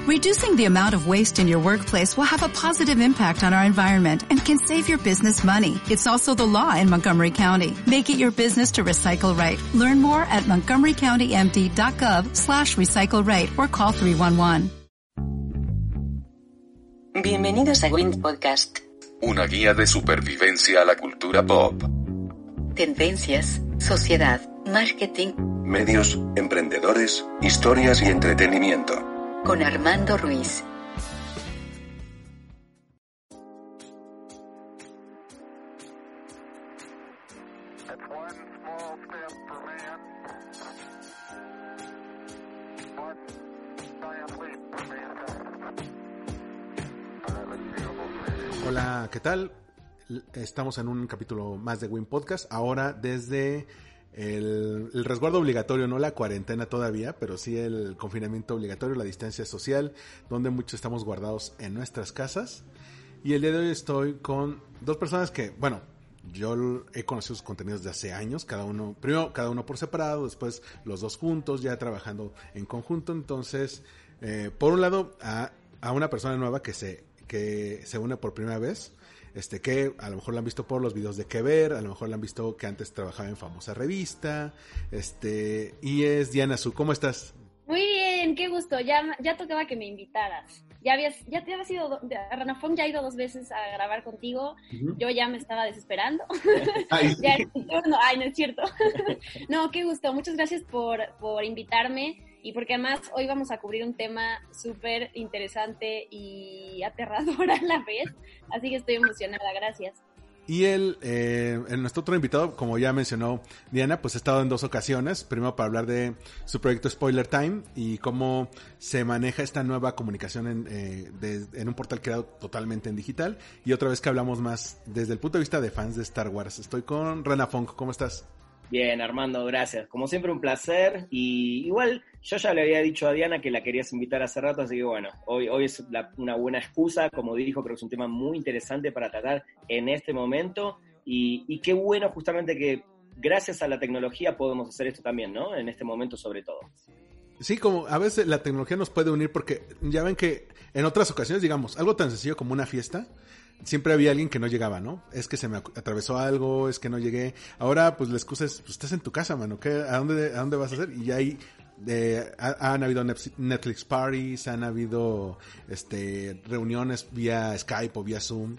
Reducing the amount of waste in your workplace will have a positive impact on our environment and can save your business money. It's also the law in Montgomery County. Make it your business to recycle right. Learn more at montgomerycountymd.gov/recycle right or call 311. Bienvenidos a Wind Podcast. Una guía de supervivencia a la cultura pop. Tendencias, sociedad, marketing. Medios, emprendedores, historias y entretenimiento. Con Armando Ruiz. Hola, ¿qué tal? Estamos en un capítulo más de Wind Podcast, ahora desde el resguardo obligatorio, no la cuarentena todavía, pero sí el confinamiento obligatorio, la distancia social, donde muchos estamos guardados en nuestras casas. Y el día de hoy estoy con dos personas que, bueno, yo he conocido sus contenidos de hace años, primero cada uno por separado, después los dos juntos, ya trabajando en conjunto. Entonces, por un lado, a una persona nueva que se une por primera vez, que a lo mejor la han visto por los videos de Que Ver, a lo mejor la han visto que antes trabajaba en famosa revista, y es Diana Su. ¿Cómo estás? Muy bien, qué gusto, ya tocaba que me invitaras. Ya te habías ido, Ranafón ya ha ido 2 veces a grabar contigo. Uh-huh. Yo ya me estaba desesperando. Ay, sí. Ya, no es cierto. No, qué gusto, muchas gracias por invitarme. Y porque además hoy vamos a cubrir un tema súper interesante y aterrador a la vez. Así que estoy emocionada, gracias. Y nuestro otro invitado, como ya mencionó Diana, pues ha estado en 2 ocasiones. Primero para hablar de su proyecto Spoiler Time y cómo se maneja esta nueva comunicación en un portal creado totalmente en digital. Y otra vez que hablamos más desde el punto de vista de fans de Star Wars. Estoy con Rana Funk. ¿Cómo estás? Bien, Armando, gracias. Como siempre, un placer. Y igual, yo ya le había dicho a Diana que la querías invitar hace rato, así que bueno, hoy es una buena excusa. Como dijo, creo que es un tema muy interesante para tratar en este momento. Y qué bueno justamente que gracias a la tecnología podemos hacer esto también, ¿no? En este momento sobre todo. Sí, como a veces la tecnología nos puede unir porque ya ven que en otras ocasiones, digamos, algo tan sencillo como una fiesta, siempre había alguien que no llegaba, ¿no? Es que se me atravesó algo, es que no llegué. Ahora, pues la excusa es, pues estás en tu casa, mano. ¿A dónde vas a hacer? Y ahí han habido Netflix parties, han habido reuniones vía Skype o vía Zoom.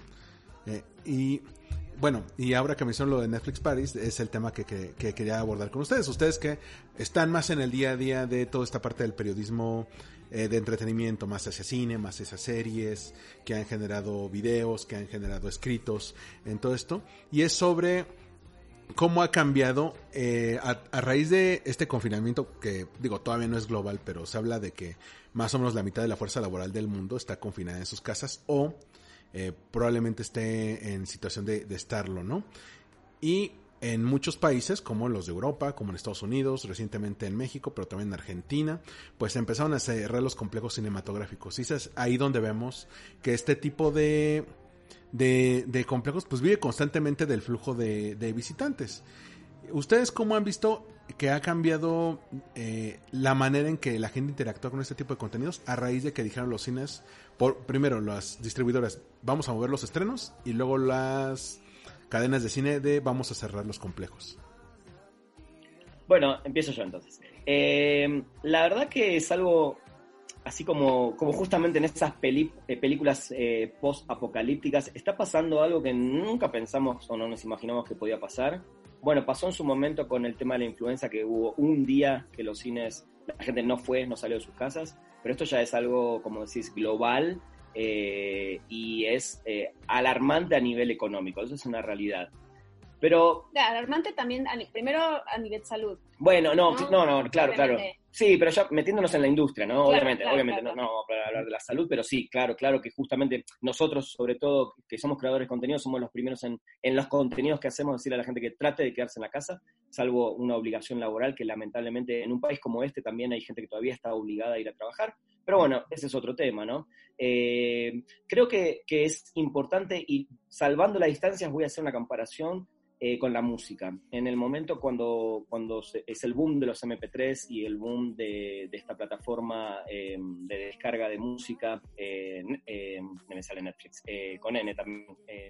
Y bueno, y ahora que menciono lo de Netflix parties, es el tema que quería abordar con ustedes. Ustedes que están más en el día a día de toda esta parte del periodismo de entretenimiento, más hacia cine, más hacia series, que han generado videos, que han generado escritos en todo esto, y es sobre cómo ha cambiado a raíz de este confinamiento que, digo, todavía no es global, pero se habla de que más o menos la mitad de la fuerza laboral del mundo está confinada en sus casas o probablemente esté en situación de estarlo, ¿no? Y en muchos países, como los de Europa, como en Estados Unidos, recientemente en México, pero también en Argentina, pues empezaron a cerrar los complejos cinematográficos. Y es ahí donde vemos que este tipo de complejos pues vive constantemente del flujo de visitantes. ¿Ustedes cómo han visto que ha cambiado la manera en que la gente interactúa con este tipo de contenidos a raíz de que dijeron los cines, primero las distribuidoras, vamos a mover los estrenos, y luego las cadenas de cine vamos a cerrar los complejos? Bueno, empiezo yo entonces. La verdad que es algo así como justamente en esas películas post-apocalípticas, está pasando algo que nunca pensamos o no nos imaginamos que podía pasar. Bueno, pasó en su momento con el tema de la influenza, que hubo un día que los cines, la gente no salió de sus casas, pero esto ya es algo, como decís, global, y es alarmante a nivel económico, eso es una realidad. Pero alarmante también, primero a nivel salud. Bueno, no, claro. Sí, pero ya metiéndonos en la industria, ¿no? Claro, obviamente, claro. No para hablar de la salud, pero sí, claro que justamente nosotros, sobre todo, que somos creadores de contenido, somos los primeros en los contenidos que hacemos, decirle a la gente que trate de quedarse en la casa, salvo una obligación laboral que lamentablemente en un país como este también hay gente que todavía está obligada a ir a trabajar. Pero bueno, ese es otro tema, ¿no? Creo que es importante, y salvando las distancias voy a hacer una comparación con la música. En el momento cuando es el boom de los MP3 y el boom de esta plataforma de descarga de música, no me sale Netflix, con N también.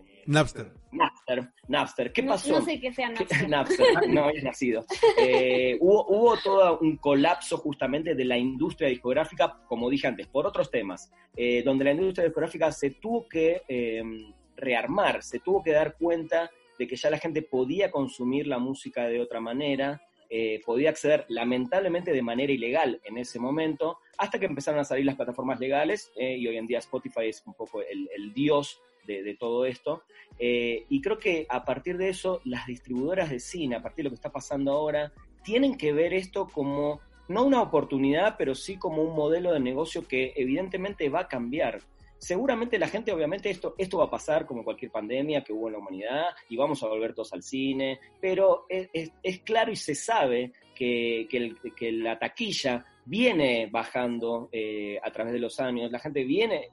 Napster. ¿Qué pasó? No sé qué sea Napster. Napster, no había nacido. Hubo todo un colapso justamente de la industria discográfica, como dije antes, por otros temas, donde la industria discográfica se tuvo que rearmar, se tuvo que dar cuenta de que ya la gente podía consumir la música de otra manera, podía acceder lamentablemente de manera ilegal en ese momento, hasta que empezaron a salir las plataformas legales, y hoy en día Spotify es un poco el dios de todo esto, y creo que a partir de eso las distribuidoras de cine, a partir de lo que está pasando ahora, tienen que ver esto como no una oportunidad, pero sí como un modelo de negocio que evidentemente va a cambiar. Seguramente la gente, obviamente, esto va a pasar como cualquier pandemia que hubo en la humanidad y vamos a volver todos al cine, pero es claro y se sabe que la taquilla viene bajando a través de los años, la gente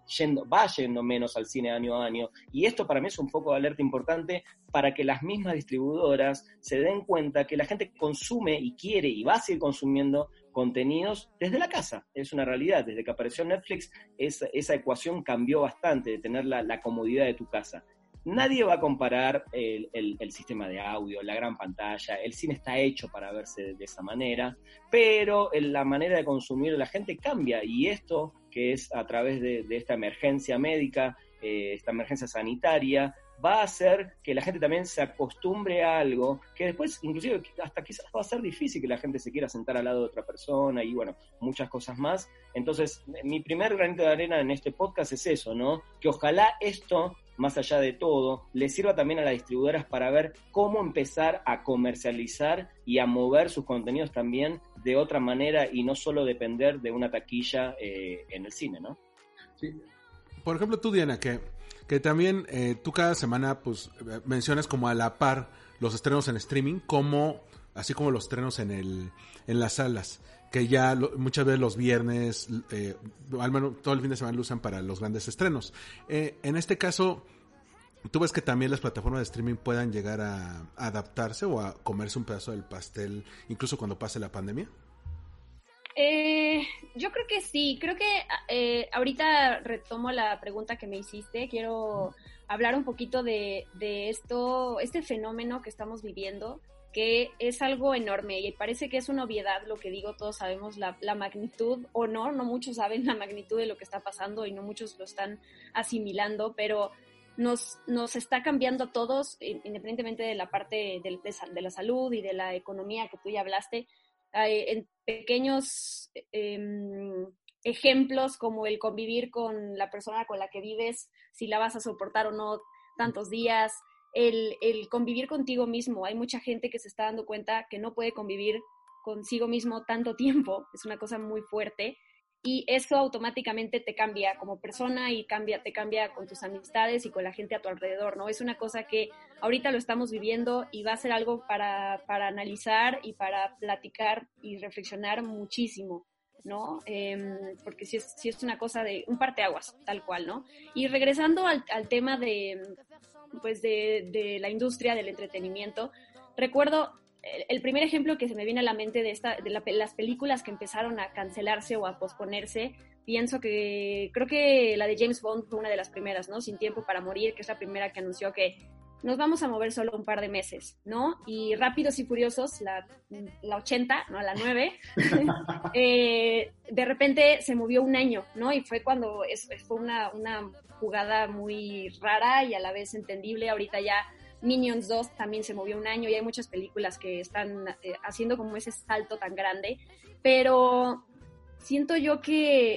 va yendo menos al cine año a año, y esto para mí es un foco de alerta importante para que las mismas distribuidoras se den cuenta que la gente consume y quiere y va a seguir consumiendo contenidos desde la casa. Es una realidad. Desde que apareció Netflix, esa ecuación cambió bastante, de tener la comodidad de tu casa. Nadie va a comparar el sistema de audio, la gran pantalla. El cine está hecho para verse de esa manera, pero la manera de consumir de la gente cambia, y esto, que es a través de esta emergencia médica, esta emergencia sanitaria, va a hacer que la gente también se acostumbre a algo que después, inclusive, hasta quizás va a ser difícil que la gente se quiera sentar al lado de otra persona, y bueno, muchas cosas más. Entonces, mi primer granito de arena en este podcast es eso, ¿no? Que ojalá esto, más allá de todo, le sirva también a las distribuidoras para ver cómo empezar a comercializar y a mover sus contenidos también de otra manera, y no solo depender de una taquilla en el cine, ¿no? Sí. Por ejemplo, tú, Diana, que también tú cada semana pues mencionas como a la par los estrenos en streaming, así como los estrenos en las salas, que ya muchas veces los viernes, al menos todo el fin de semana lo usan para los grandes estrenos. En este caso, ¿tú ves que también las plataformas de streaming puedan llegar a adaptarse o a comerse un pedazo del pastel, incluso cuando pase la pandemia? Yo creo que sí. Creo que ahorita retomo la pregunta que me hiciste. Quiero hablar un poquito de este fenómeno que estamos viviendo, que es algo enorme y parece que es una obviedad lo que digo. Todos sabemos la magnitud, o no muchos saben la magnitud de lo que está pasando y no muchos lo están asimilando, pero nos está cambiando a todos, independientemente de la parte de la salud y de la economía que tú ya hablaste. En pequeños ejemplos, como el convivir con la persona con la que vives, si la vas a soportar o no tantos días, el convivir contigo mismo. Hay mucha gente que se está dando cuenta que no puede convivir consigo mismo tanto tiempo, es una cosa muy fuerte, y eso automáticamente te cambia como persona y te cambia con tus amistades y con la gente a tu alrededor, ¿no? Es una cosa que ahorita lo estamos viviendo y va a ser algo para analizar y para platicar y reflexionar muchísimo, ¿no? Porque sí es una cosa de un parteaguas, tal cual, ¿no? Y regresando al tema de la industria del entretenimiento, recuerdo el primer ejemplo que se me viene a la mente de las películas que empezaron a cancelarse o a posponerse. Creo que la de James Bond fue una de las primeras, ¿no? Sin tiempo para morir, que es la primera que anunció que nos vamos a mover solo un par de meses, ¿no? Y Rápidos y Furiosos, la 80, no la 9, de repente se movió un año, ¿no? Y fue cuando fue una jugada muy rara y a la vez entendible. Ahorita ya Minions 2 también se movió un año y hay muchas películas que están haciendo como ese salto tan grande, pero siento yo que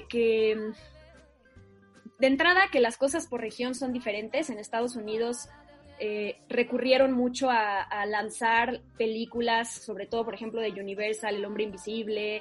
de entrada que las cosas por región son diferentes. En Estados Unidos recurrieron mucho a lanzar películas, sobre todo por ejemplo de Universal, El Hombre Invisible,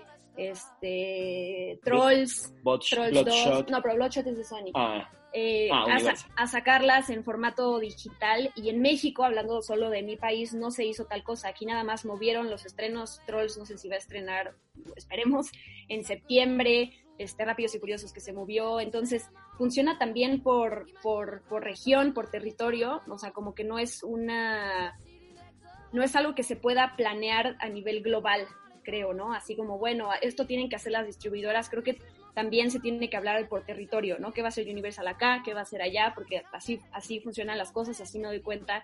Trolls 2, no, pero Bloodshot es de Sony. A sacarlas en formato digital, y en México, hablando solo de mi país, no se hizo tal cosa. Aquí nada más movieron los estrenos. Trolls no sé si va a estrenar, esperemos, en septiembre. Rápidos y Furiosos que se movió. Entonces funciona también por región, por territorio, o sea, como que no es una no es algo que se pueda planear a nivel global, creo, ¿no? Así como, bueno, esto tienen que hacer las distribuidoras, creo que también se tiene que hablar por territorio, ¿no? ¿Qué va a ser Universal acá? ¿Qué va a ser allá? Porque así funcionan las cosas, así me doy cuenta,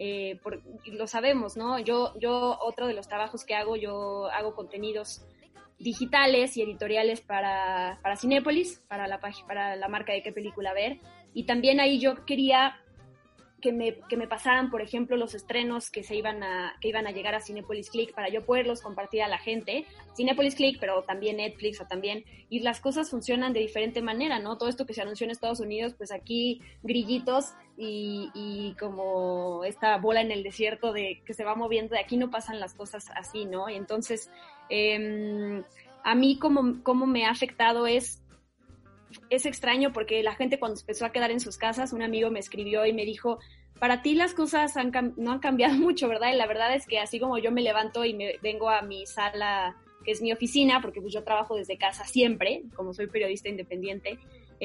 lo sabemos, ¿no? Yo otro de los trabajos que hago, yo hago contenidos digitales y editoriales para Cinépolis, para la marca de qué película ver, y también ahí yo quería que me pasaran, por ejemplo, los estrenos que iban a llegar a Cinépolis Click para yo poderlos compartir a la gente. Cinépolis Click, pero también Netflix, o también, y las cosas funcionan de diferente manera, ¿no? Todo esto que se anunció en Estados Unidos, pues aquí grillitos y como esta bola en el desierto de que se va moviendo, de aquí no pasan las cosas así, ¿no? Y entonces, a mí como me ha afectado es extraño porque la gente cuando empezó a quedar en sus casas, un amigo me escribió y me dijo, para ti las cosas no han cambiado mucho, ¿verdad? Y la verdad es que así como yo me levanto y me vengo a mi sala, que es mi oficina, porque pues yo trabajo desde casa siempre, como soy periodista independiente,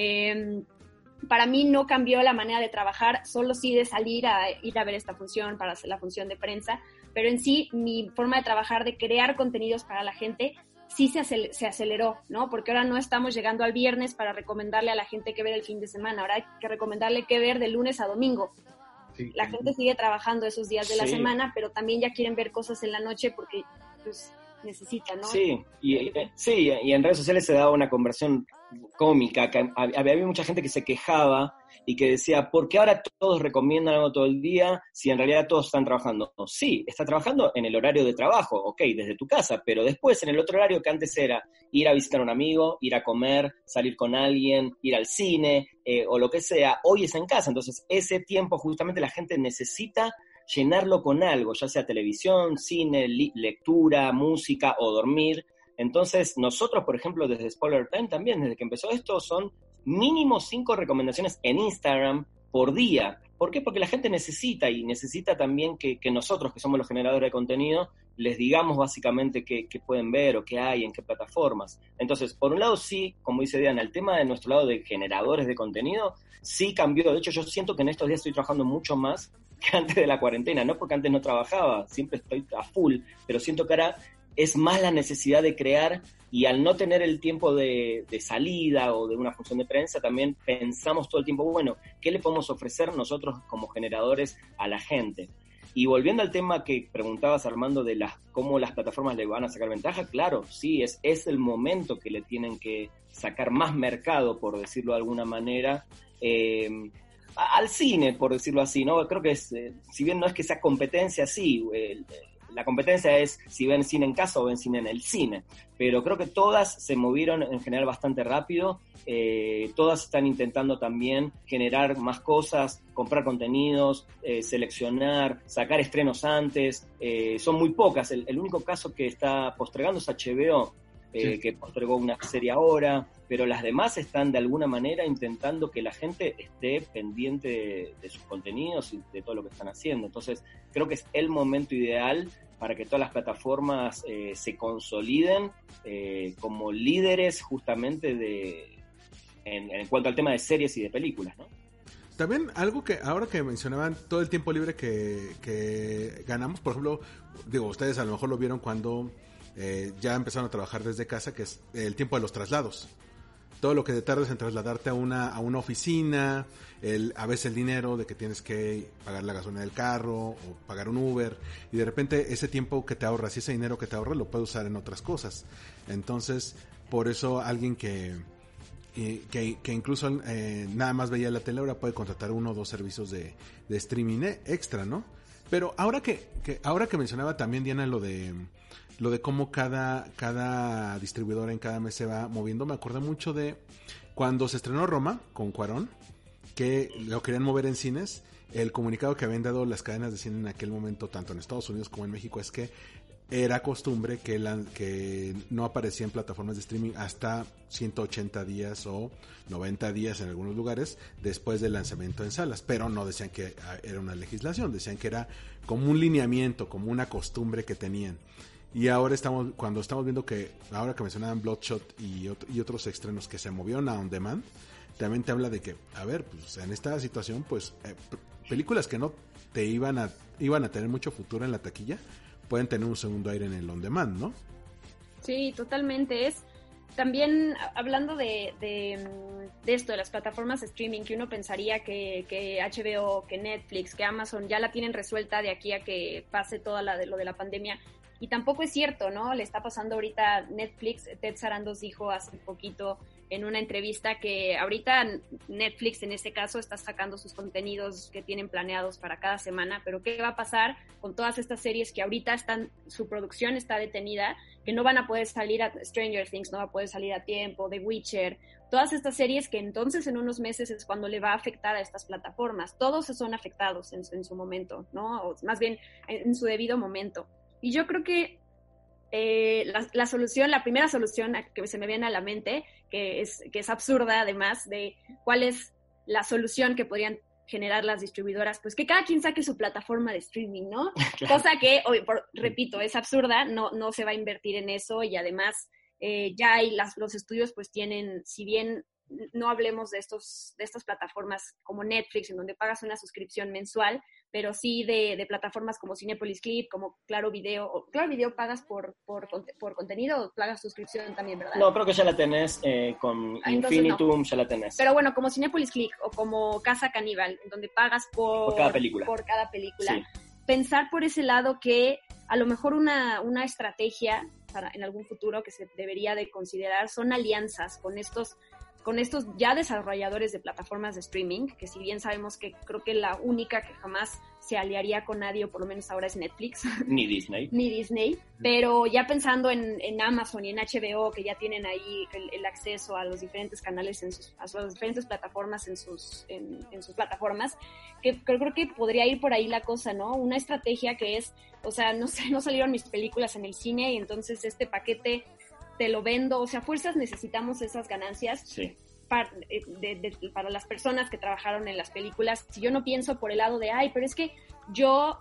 para mí no cambió la manera de trabajar, solo sí de salir a ir a ver esta función, para hacer la función de prensa, pero en sí mi forma de trabajar, de crear contenidos para la gente, sí se aceleró, ¿no? Porque ahora no estamos llegando al viernes para recomendarle a la gente qué ver el fin de semana, ahora hay que recomendarle qué ver de lunes a domingo. Sí, la gente sigue trabajando esos días de la semana, pero también ya quieren ver cosas en la noche porque pues necesitan, ¿no? Sí, y en redes sociales se daba una conversión cómica, que había mucha gente que se quejaba y que decía, ¿por qué ahora todos recomiendan algo todo el día si en realidad todos están trabajando? No, sí, está trabajando en el horario de trabajo, ok, desde tu casa, pero después en el otro horario que antes era ir a visitar a un amigo, ir a comer, salir con alguien, ir al cine o lo que sea, hoy es en casa, entonces ese tiempo justamente la gente necesita llenarlo con algo, ya sea televisión, cine, lectura, música o dormir. Entonces, nosotros, por ejemplo, desde Spoiler Time también, desde que empezó esto, son mínimo 5 recomendaciones en Instagram por día. ¿Por qué? Porque la gente necesita también que nosotros, que somos los generadores de contenido, les digamos básicamente qué pueden ver o qué hay, en qué plataformas. Entonces, por un lado sí, como dice Diana, el tema de nuestro lado de generadores de contenido sí cambió. De hecho, yo siento que en estos días estoy trabajando mucho más que antes de la cuarentena, no porque antes no trabajaba, siempre estoy a full, pero siento que ahora es más la necesidad de crear, y al no tener el tiempo de salida o de una función de prensa, también pensamos todo el tiempo, bueno, ¿qué le podemos ofrecer nosotros como generadores a la gente? Y volviendo al tema que preguntabas, Armando, de cómo las plataformas le van a sacar ventaja, claro, sí, es el momento que le tienen que sacar más mercado, por decirlo de alguna manera, al cine, por decirlo así, ¿no? Creo que si bien no es que sea competencia, sí, la competencia es si ven cine en casa o ven cine en el cine, pero creo que todas se movieron en general bastante rápido, todas están intentando también generar más cosas, comprar contenidos, seleccionar, sacar estrenos antes, son muy pocas, el único caso que está postergando es HBO, sí, que postergó una serie ahora, pero las demás están de alguna manera intentando que la gente esté pendiente de sus contenidos y de todo lo que están haciendo. Entonces, creo que es el momento ideal para que todas las plataformas se consoliden como líderes justamente en cuanto al tema de series y de películas, ¿no? También algo que ahora que mencionaban, todo el tiempo libre que ganamos, por ejemplo, digo, ustedes a lo mejor lo vieron cuando ya empezaron a trabajar desde casa, que es el tiempo de los traslados. Todo lo que te tardas en trasladarte a una oficina, a veces el dinero de que tienes que pagar la gasolina del carro o pagar un Uber, y de repente ese tiempo que te ahorras y ese dinero que te ahorras lo puedes usar en otras cosas. Entonces, por eso alguien que incluso nada más veía la tele ahora puede contratar 1 o 2 servicios de streaming extra, ¿no? Pero ahora que mencionaba también, Diana, lo de cómo cada distribuidora en cada mes se va moviendo, me acordé mucho de cuando se estrenó Roma con Cuarón, que lo querían mover en cines. El comunicado que habían dado las cadenas de cine en aquel momento, tanto en Estados Unidos como en México, es que era costumbre que no aparecía en plataformas de streaming hasta 180 días o 90 días en algunos lugares después del lanzamiento en salas, pero no decían que era una legislación, decían que era como un lineamiento, como una costumbre que tenían. Y ahora cuando estamos viendo que, ahora que mencionaban Bloodshot y otros estrenos que se movieron a On Demand, también te habla de que, a ver, pues en esta situación, pues películas que no te iban a tener mucho futuro en la taquilla, pueden tener un segundo aire en el on demand, ¿no? Sí, totalmente. Es también hablando de esto, de las plataformas de streaming, que uno pensaría que HBO, que Netflix, que Amazon ya la tienen resuelta de aquí a que pase toda lo de la pandemia. Y tampoco es cierto, ¿no? Le está pasando ahorita Netflix. Ted Sarandos dijo hace poquito en una entrevista que ahorita Netflix en este caso está sacando sus contenidos que tienen planeados para cada semana, pero ¿qué va a pasar con todas estas series que ahorita su producción está detenida, que no van a poder salir a Stranger Things, no va a poder salir a tiempo, The Witcher, todas estas series que entonces en unos meses es cuando le va a afectar a estas plataformas? Todos son afectados en su momento, ¿no? O más bien en su debido momento. Y yo creo que la primera solución que se me viene a la mente, que es absurda además, de cuál es la solución que podrían generar las distribuidoras, pues que cada quien saque su plataforma de streaming, ¿no? Claro. Cosa que, repito, es absurda, no se va a invertir en eso, y además ya hay los estudios pues tienen, si bien no hablemos de estas plataformas como Netflix, en donde pagas una suscripción mensual, pero sí de plataformas como Cinépolis Clip, como Claro Video. Claro Video pagas por contenido o pagas suscripción también, ¿verdad? No, creo que ya la tenés con Infinitum, no. Ya la tenés. Pero bueno, como Cinépolis Clip o como Casa Caníbal, en donde pagas por cada película. Sí. Pensar por ese lado que a lo mejor una estrategia en algún futuro que se debería de considerar son alianzas con estos ya desarrolladores de plataformas de streaming, que si bien sabemos que creo que la única que jamás se aliaría con nadie, o por lo menos ahora es Netflix. Ni Disney. Pero ya pensando en Amazon y en HBO, que ya tienen ahí el acceso a los diferentes canales, a las diferentes plataformas en sus plataformas, que creo que podría ir por ahí la cosa, ¿no? Una estrategia que es, o sea, no salieron mis películas en el cine y entonces este paquete te lo vendo, o sea, fuerzas necesitamos esas ganancias. Sí. Para las personas que trabajaron en las películas. Si yo no pienso por el lado de, pero es que yo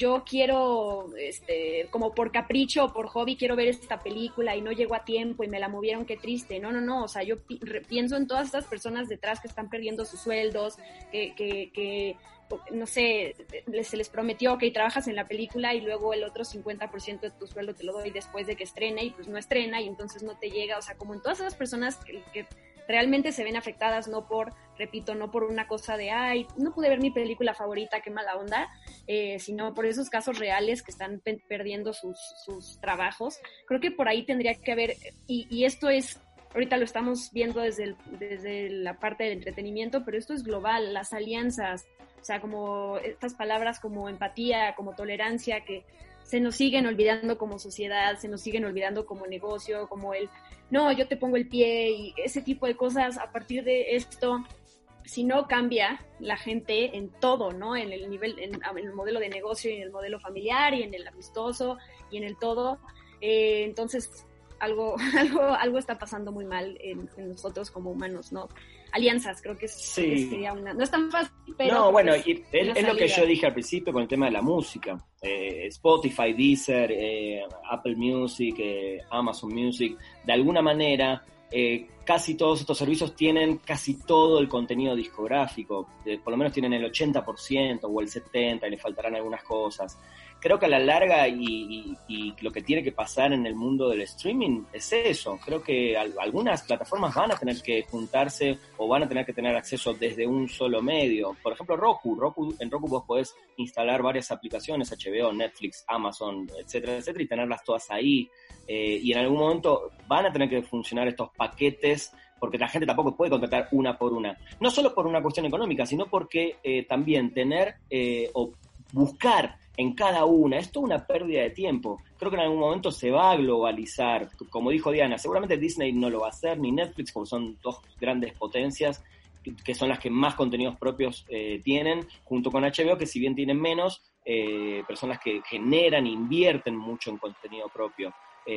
quiero, como por capricho o por hobby, quiero ver esta película y no llego a tiempo y me la movieron, qué triste. No, o sea, yo pienso en todas estas personas detrás que están perdiendo sus sueldos, que no sé, se les prometió que trabajas en la película y luego el otro 50% de tu sueldo te lo doy después de que estrene y pues no estrena y entonces no te llega. O sea, como en todas esas personas que realmente se ven afectadas no por una cosa de, no pude ver mi película favorita, qué mala onda, sino por esos casos reales que están perdiendo sus trabajos. Creo que por ahí tendría que haber, y esto es, ahorita lo estamos viendo desde la parte del entretenimiento, pero esto es global, las alianzas, o sea, como estas palabras como empatía, como tolerancia, que se nos siguen olvidando como sociedad, se nos siguen olvidando como negocio, como no, yo te pongo el pie y ese tipo de cosas. A partir de esto, si no cambia la gente en todo, ¿no? En el nivel, en el modelo de negocio y en el modelo familiar y en el amistoso y en el todo, entonces algo está pasando muy mal en nosotros como humanos, ¿no? Alianzas, creo que sería una... No es tan fácil, pero... No, bueno, es lo que yo dije al principio con el tema de la música. Spotify, Deezer, Apple Music, Amazon Music, de alguna manera... casi todos estos servicios tienen casi todo el contenido discográfico, por lo menos tienen el 80% o el 70% y le faltarán algunas cosas. Creo que a la larga y lo que tiene que pasar en el mundo del streaming es eso. Creo que algunas plataformas van a tener que juntarse o van a tener que tener acceso desde un solo medio. Por ejemplo, en Roku vos podés instalar varias aplicaciones, HBO, Netflix, Amazon, etcétera, etcétera, y tenerlas todas ahí. Y en algún momento van a tener que funcionar estos paquetes, porque la gente tampoco puede contratar una por una. No solo por una cuestión económica, sino porque también tener o buscar en cada una, es toda una pérdida de tiempo. Creo que en algún momento se va a globalizar. Como dijo Diana, seguramente Disney no lo va a hacer, ni Netflix, porque son dos grandes potencias que son las que más contenidos propios tienen, junto con HBO, que si bien tienen menos, pero son las que generan e invierten mucho en contenido propio.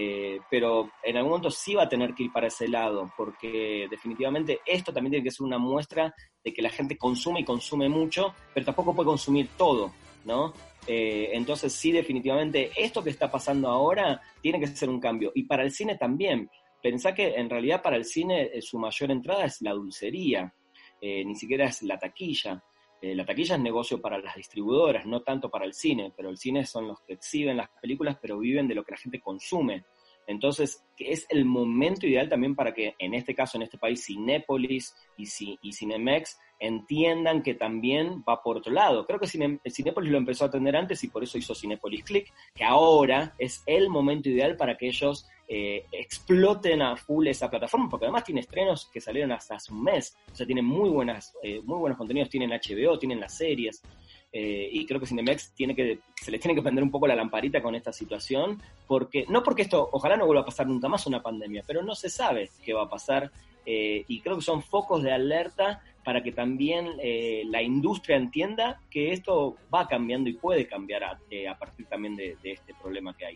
Pero en algún momento sí va a tener que ir para ese lado, porque definitivamente esto también tiene que ser una muestra de que la gente consume y consume mucho, pero tampoco puede consumir todo, ¿no? Entonces sí, definitivamente esto que está pasando ahora tiene que ser un cambio. Y para el cine también. Pensá que en realidad para el cine su mayor entrada es la dulcería, ni siquiera es la taquilla. La taquilla es negocio para las distribuidoras, no tanto para el cine, pero el cine son los que exhiben las películas, pero viven de lo que la gente consume. Entonces, que es el momento ideal también para que, en este caso, en este país, Cinépolis y Cinemex entiendan que también va por otro lado. Creo que Cinépolis lo empezó a atender antes y por eso hizo Cinépolis Click, que ahora es el momento ideal para que ellos exploten a full esa plataforma, porque además tiene estrenos que salieron hasta hace un mes, o sea, tiene muy buenos contenidos, tienen HBO, tienen las series, y creo que Cinemex se les tiene que prender un poco la lamparita con esta situación, no porque esto ojalá no vuelva a pasar nunca más una pandemia, pero no se sabe qué va a pasar, y creo que son focos de alerta para que también la industria entienda que esto va cambiando y puede cambiar a partir también de este problema que hay.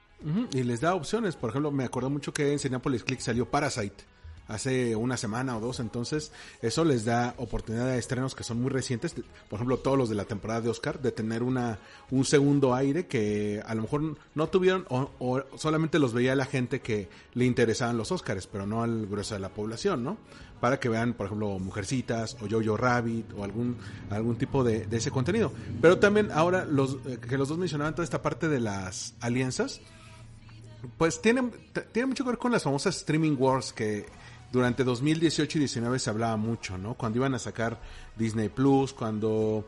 Y les da opciones. Por ejemplo, me acuerdo mucho que en Cinépolis Click salió Parasite hace una semana o dos, entonces eso les da oportunidad de estrenos que son muy recientes, por ejemplo todos los de la temporada de Oscar, de tener un segundo aire que a lo mejor no tuvieron o solamente los veía la gente que le interesaban los Oscars, pero no al grueso de la población, ¿no? Para que vean, por ejemplo, Mujercitas o Jojo Rabbit o algún tipo de ese contenido. Pero también ahora que los dos mencionaban toda esta parte de las alianzas, pues tiene mucho que ver con las famosas streaming wars que durante 2018 y 19 se hablaba mucho, ¿no? Cuando iban a sacar Disney Plus, cuando,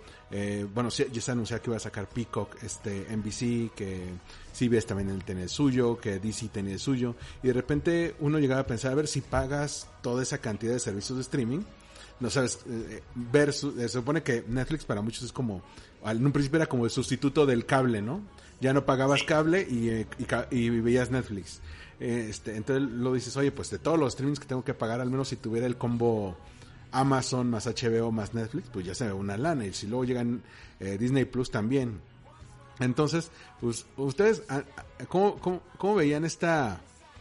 ya se anunciaba que iba a sacar Peacock, NBC, que CBS también tenía el suyo, que DC tenía el suyo, y de repente uno llegaba a pensar, a ver si pagas toda esa cantidad de servicios de streaming, no sabes, se supone que Netflix para muchos es como, en un principio era como el sustituto del cable, ¿no? Ya no pagabas cable y veías Netflix. Entonces lo dices, oye, pues de todos los streamings que tengo que pagar, al menos si tuviera el combo Amazon más HBO más Netflix, pues ya se ve una lana. Y si luego llegan Disney Plus también. Entonces, pues ustedes, ¿cómo veían esta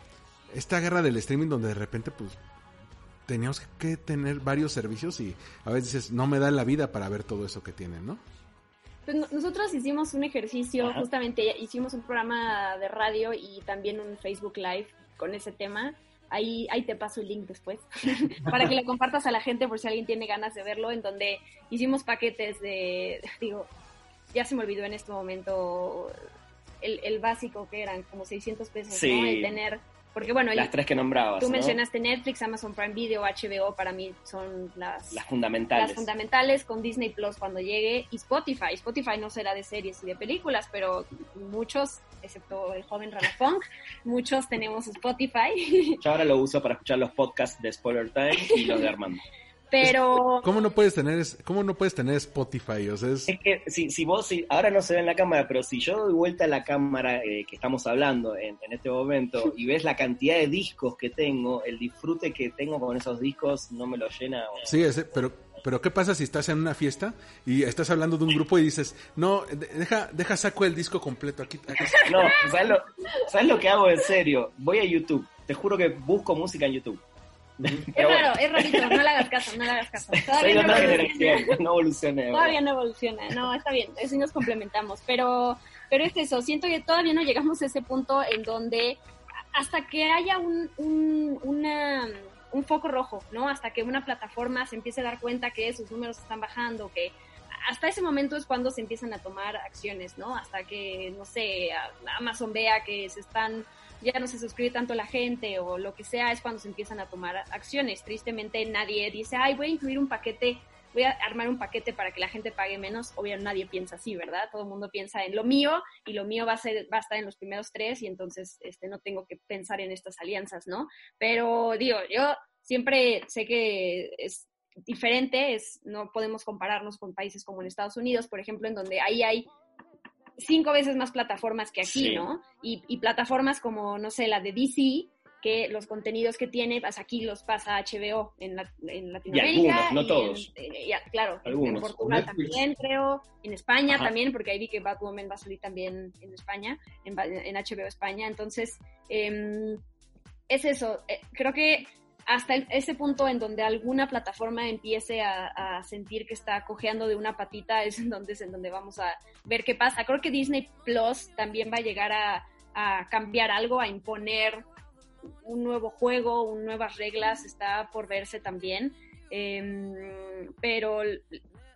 guerra del streaming donde de repente, pues, teníamos que tener varios servicios y a veces dices, no me da la vida para ver todo eso que tienen, ¿no? Pues nosotros hicimos un ejercicio, justamente hicimos un programa de radio y también un Facebook Live con ese tema. Ahí te paso el link después para que lo compartas a la gente por si alguien tiene ganas de verlo, en donde hicimos paquetes ya se me olvidó en este momento el básico que eran como 600 pesos, sí. ¿no? El tener, porque bueno, las tres que nombrabas, tú ¿no? mencionaste Netflix, Amazon Prime Video, HBO, para mí son las fundamentales. Las fundamentales, con Disney Plus cuando llegue, y Spotify. Spotify no será de series y de películas, pero muchos, excepto el joven Ranafunk, muchos tenemos Spotify. Yo ahora lo uso para escuchar los podcasts de Spoiler Time y los de Armando. Pero ¿Cómo no puedes tener Spotify? O sea, es que si ahora no se ve en la cámara, pero si yo doy vuelta a la cámara que estamos hablando en este momento y ves la cantidad de discos que tengo, el disfrute que tengo con esos discos no me lo llena. Sí, pero ¿qué pasa si estás en una fiesta y estás hablando de un grupo y dices, no, deja saco el disco completo aquí? No, ¿sabes lo que hago en serio? Voy a YouTube, te juro que busco música en YouTube. Es rarito, no le hagas caso. Todavía no evolucioné. Todavía no evoluciona, no, está bien, así nos complementamos, pero es eso, siento que todavía no llegamos a ese punto en donde hasta que haya un foco rojo, ¿no? Hasta que una plataforma se empiece a dar cuenta que sus números están bajando, que hasta ese momento es cuando se empiezan a tomar acciones, ¿no? Hasta que, no sé, Amazon vea que ya no se suscribe tanto la gente o lo que sea, es cuando se empiezan a tomar acciones. Tristemente nadie dice, voy a armar un paquete para que la gente pague menos. Obviamente nadie piensa así, ¿verdad? Todo el mundo piensa en lo mío y lo mío va a estar en los primeros 3 y entonces no tengo que pensar en estas alianzas, ¿no? Pero digo, yo siempre sé que es diferente, no podemos compararnos con países como en Estados Unidos, por ejemplo, en donde ahí hay 5 veces más plataformas que aquí, sí. ¿No? Y plataformas como, no sé, la de DC, que los contenidos que tiene, pues aquí los pasa HBO en Latinoamérica. Y algunos, no todos. Claro, en Portugal también, creo, en España también, porque ahí vi que Batwoman va a salir también en España, en HBO España. Entonces, es eso. Creo que hasta ese punto en donde alguna plataforma empiece a sentir que está cojeando de una patita es en donde vamos a ver qué pasa. Creo que Disney Plus también va a llegar a cambiar algo, a imponer un nuevo juego, nuevas reglas, está por verse también. Pero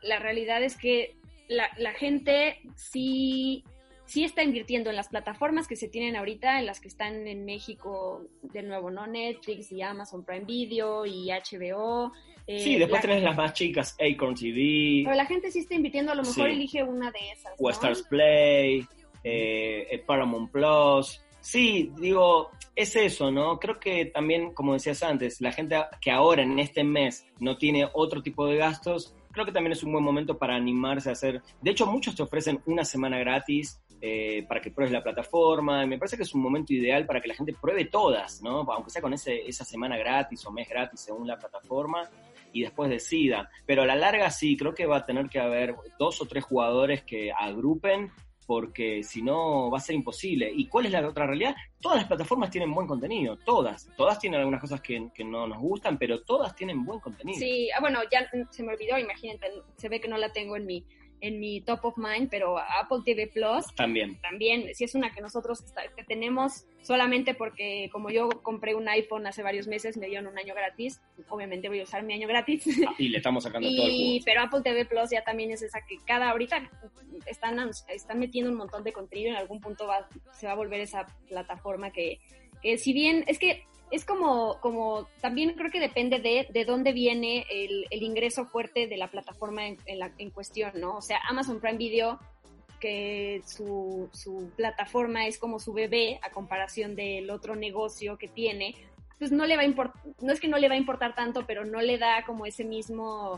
la realidad es que la gente sí está invirtiendo en las plataformas que se tienen ahorita, en las que están en México, de nuevo, ¿no? Netflix y Amazon Prime Video y HBO. Sí, después tenés las más chicas, Acorn TV. Pero la gente sí está invirtiendo, a lo mejor elige una de esas, ¿no? Stars Play, Paramount Plus. Sí, digo, es eso, ¿no? Creo que también, como decías antes, la gente que ahora en este mes no tiene otro tipo de gastos, creo que también es un buen momento para animarse a hacer. De hecho, muchos te ofrecen una semana gratis para que pruebes la plataforma. Y me parece que es un momento ideal para que la gente pruebe todas, ¿no? Aunque sea con esa semana gratis o mes gratis según la plataforma, y después decida. Pero a la larga sí, creo que va a tener que haber 2 o 3 jugadores que agrupen, porque si no va a ser imposible. ¿Y cuál es la otra realidad? Todas las plataformas tienen buen contenido, todas tienen algunas cosas que no nos gustan, pero todas tienen buen contenido. Sí, bueno, ya se me olvidó, imagínate, se ve que no la tengo en mi top of mind, pero Apple TV Plus también, sí es una que nosotros que tenemos solamente porque como yo compré un iPhone hace varios meses, me dieron un año gratis, obviamente voy a usar mi año gratis. Y le estamos sacando todo el jugo. Pero Apple TV Plus ya también es esa que ahorita están metiendo un montón de contenido, en algún punto se va a volver esa plataforma que si bien es que es como también creo que depende de dónde viene el ingreso fuerte de la plataforma en cuestión, ¿no? O sea, Amazon Prime Video, que su plataforma es como su bebé a comparación del otro negocio que tiene, pues no le va a importar, no es que no le va a importar tanto, pero no le da como ese mismo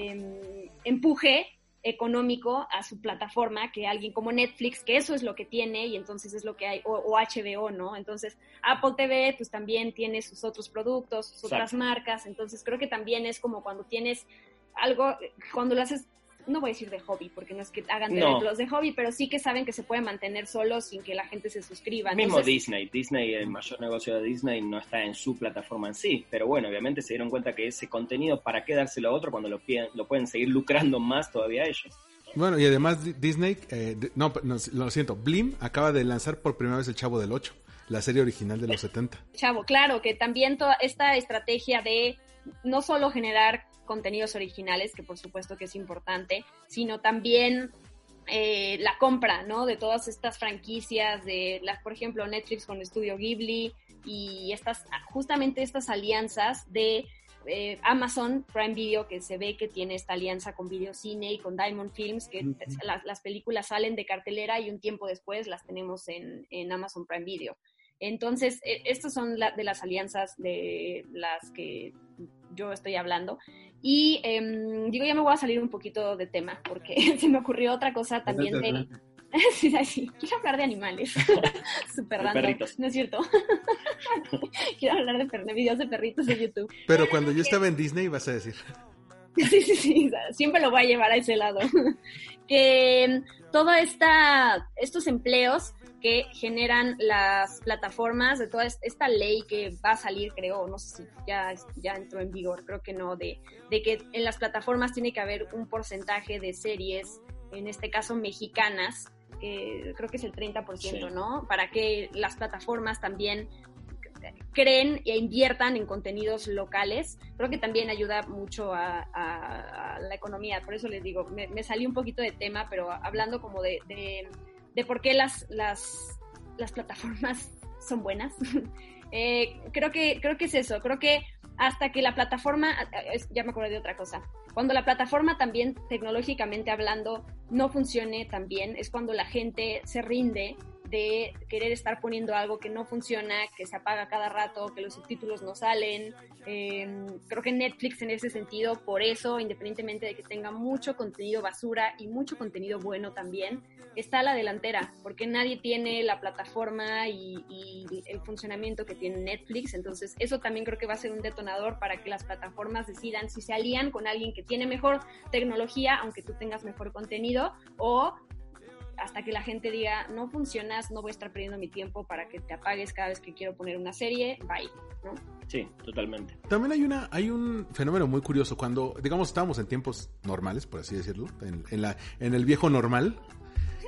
empuje económico a su plataforma que alguien como Netflix, que eso es lo que tiene y entonces es lo que hay, o HBO, ¿no? Entonces Apple TV pues también tiene sus otros productos, sus otras marcas, entonces creo que también es como cuando tienes algo, cuando lo haces, no voy a decir de hobby, porque no es que hagan los de hobby, pero sí que saben que se pueden mantener solos sin que la gente se suscriba. Mismo Disney, el mayor negocio de Disney no está en su plataforma en sí, pero bueno, obviamente se dieron cuenta que ese contenido, ¿para qué dárselo a otro cuando lo pueden seguir lucrando más todavía ellos? Bueno, y además Disney, lo siento, Blim acaba de lanzar por primera vez El Chavo del 8, la serie original de los 70. Chavo, claro, que también toda esta estrategia de no solo generar contenidos originales, que por supuesto que es importante, sino también la compra, ¿no? De todas estas franquicias, por ejemplo, Netflix con Estudio Ghibli y justamente estas alianzas de Amazon Prime Video, que se ve que tiene esta alianza con Videocine y con Diamond Films, que las películas salen de cartelera y un tiempo después las tenemos en Amazon Prime Video. Entonces, estas son de las alianzas de las que yo estoy hablando. Y ya me voy a salir un poquito de tema, porque se me ocurrió otra cosa también sí, quiero hablar de animales. Súper random. Perritos. No es cierto. Quiero hablar de videos de perritos de YouTube. Pero cuando yo estaba en Disney vas a decir. Sí, siempre lo voy a llevar a ese lado. Que estos empleos que generan las plataformas, de toda esta ley que va a salir, creo, no sé si ya entró en vigor, creo que no, de que en las plataformas tiene que haber un porcentaje de series, en este caso mexicanas, que creo que es el 30%, sí, ¿no? Para que las plataformas también creen e inviertan en contenidos locales. Creo que también ayuda mucho a la economía. Por eso les digo, me salí un poquito de tema, pero hablando como de por qué las plataformas son buenas. Creo que es eso. Creo que hasta que la plataforma, ya me acordé de otra cosa, cuando la plataforma también tecnológicamente hablando no funcione tan bien, es cuando la gente se rinde de querer estar poniendo algo que no funciona, que se apaga cada rato, que los subtítulos no salen. Creo que Netflix en ese sentido, por eso, independientemente de que tenga mucho contenido basura y mucho contenido bueno también, está a la delantera, porque nadie tiene la plataforma y el funcionamiento que tiene Netflix. Entonces eso también creo que va a ser un detonador para que las plataformas decidan si se alían con alguien que tiene mejor tecnología, aunque tú tengas mejor contenido, o hasta que la gente diga, no funcionas, no voy a estar perdiendo mi tiempo para que te apagues cada vez que quiero poner una serie, bye, ¿no? Sí, totalmente. También hay un fenómeno muy curioso, cuando, digamos, estábamos en tiempos normales, por así decirlo, en el viejo normal,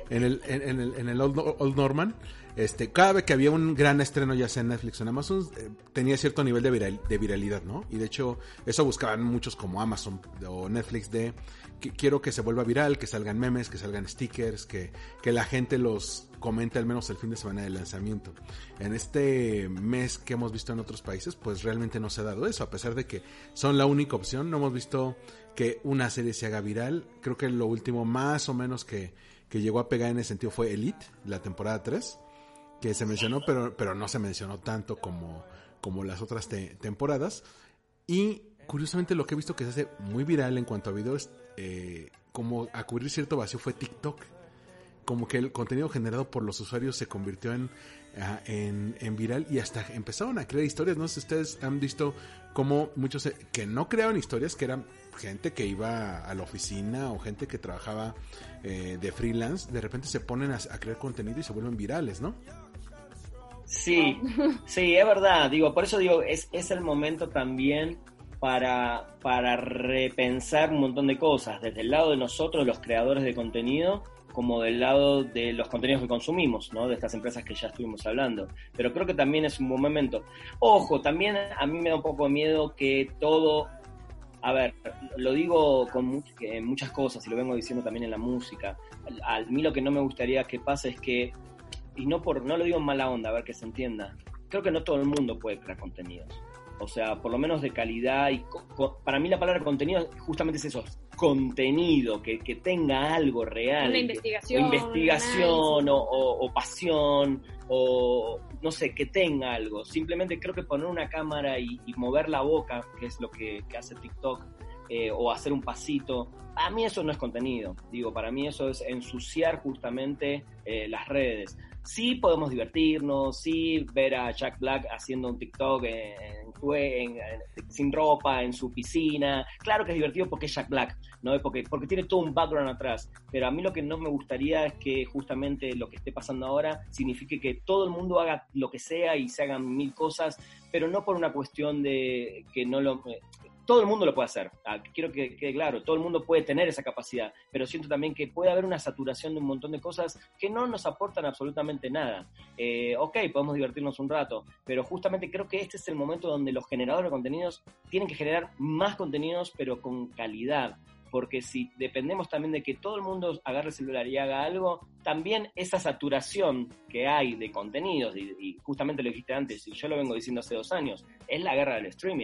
en el Old Norman, cada vez que había un gran estreno, ya sea en Netflix o en Amazon, tenía cierto nivel de viralidad, ¿no? Y de hecho, eso buscaban muchos como Amazon o Netflix quiero que se vuelva viral, que salgan memes, que salgan stickers, que la gente los comente al menos el fin de semana del lanzamiento. En este mes que hemos visto en otros países, pues realmente no se ha dado eso, a pesar de que son la única opción. No hemos visto que una serie se haga viral. Creo que lo último más o menos que llegó a pegar en ese sentido fue Elite, la temporada 3, que se mencionó, pero no se mencionó tanto como las otras temporadas. Y curiosamente lo que he visto que se hace muy viral en cuanto a videos, como a cubrir cierto vacío, fue TikTok. Como que el contenido generado por los usuarios se convirtió en viral y hasta empezaron a crear historias. No sé si ustedes han visto cómo muchos que no creaban historias, que eran gente que iba a la oficina o gente que trabajaba de freelance, de repente se ponen a crear contenido y se vuelven virales, ¿no? Sí, es verdad. Por eso es el momento también para repensar un montón de cosas, desde el lado de nosotros, los creadores de contenido, como del lado de los contenidos que consumimos, ¿no? De estas empresas que ya estuvimos hablando. Pero creo que también es un buen momento. Ojo, también a mí me da un poco de miedo que todo... A ver, lo digo con muchas cosas y lo vengo diciendo también en la música. A mí lo que no me gustaría que pase es que, y no lo digo en mala onda, a ver que se entienda, creo que no todo el mundo puede crear contenidos. O sea, por lo menos de calidad. Y para mí la palabra contenido justamente es eso, contenido, que tenga algo real. Una investigación. O pasión, o no sé, que tenga algo. Simplemente creo que poner una cámara y mover la boca, que es lo que hace TikTok, o hacer un pasito, para mí eso no es contenido. Para mí eso es ensuciar justamente las redes. Sí podemos divertirnos, sí ver a Jack Black haciendo un TikTok sin ropa, en su piscina. Claro que es divertido porque es Jack Black, ¿no? Porque tiene todo un background atrás. Pero a mí lo que no me gustaría es que justamente lo que esté pasando ahora signifique que todo el mundo haga lo que sea y se hagan mil cosas, pero no por una cuestión de que no lo... Todo el mundo lo puede hacer, quiero que quede claro, todo el mundo puede tener esa capacidad, pero siento también que puede haber una saturación de un montón de cosas que no nos aportan absolutamente nada. Ok, podemos divertirnos un rato, pero justamente creo que este es el momento donde los generadores de contenidos tienen que generar más contenidos, pero con calidad. Porque si dependemos también de que todo el mundo agarre el celular y haga algo, también esa saturación que hay de contenidos, y justamente lo dijiste antes, y yo lo vengo diciendo hace 2 años, es la guerra del streaming,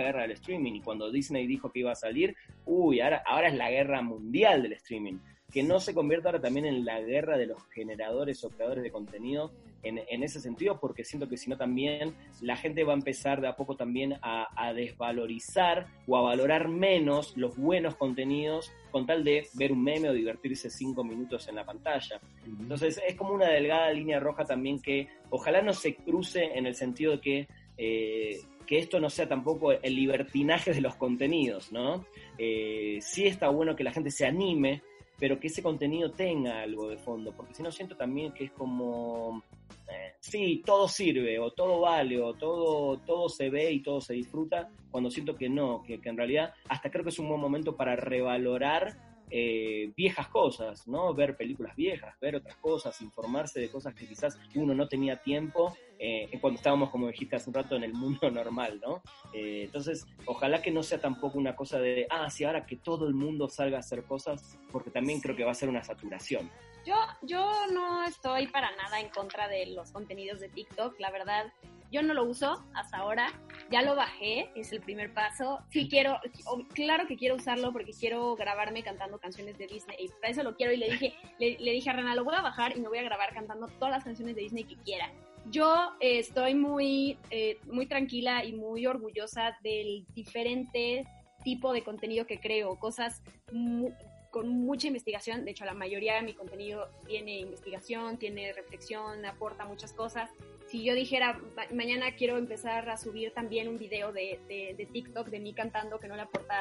y cuando Disney dijo que iba a salir, ahora es la guerra mundial del streaming, que no se convierta ahora también en la guerra de los generadores o creadores de contenido en ese sentido, porque siento que si no también la gente va a empezar de a poco también a desvalorizar o a valorar menos los buenos contenidos con tal de ver un meme o divertirse 5 minutos en la pantalla. Entonces es como una delgada línea roja también que ojalá no se cruce en el sentido de que esto no sea tampoco el libertinaje de los contenidos, ¿no? Sí está bueno que la gente se anime, pero que ese contenido tenga algo de fondo, porque si no siento también que es como, sí, todo sirve, o todo vale, o todo se ve y todo se disfruta, cuando siento que no, que en realidad hasta creo que es un buen momento para revalorar viejas cosas, ¿no? Ver películas viejas, ver otras cosas, informarse de cosas que quizás uno no tenía tiempo cuando estábamos, como dijiste hace un rato, en el mundo normal, ¿no? Entonces, ojalá que no sea tampoco una cosa de, sí, ahora que todo el mundo salga a hacer cosas, porque también creo que va a ser una saturación. Yo no estoy para nada en contra de los contenidos de TikTok, la verdad. Yo no lo uso hasta ahora, ya lo bajé, es el primer paso. Sí claro que quiero usarlo porque quiero grabarme cantando canciones de Disney, y para eso lo quiero, y le dije a Rana, lo voy a bajar y me voy a grabar cantando todas las canciones de Disney que quiera. Yo estoy muy tranquila y muy orgullosa del diferente tipo de contenido que creo, cosas con mucha investigación. De hecho, la mayoría de mi contenido tiene investigación, tiene reflexión, aporta muchas cosas. Si yo dijera, mañana quiero empezar a subir también un video de TikTok de mí cantando que no le aporta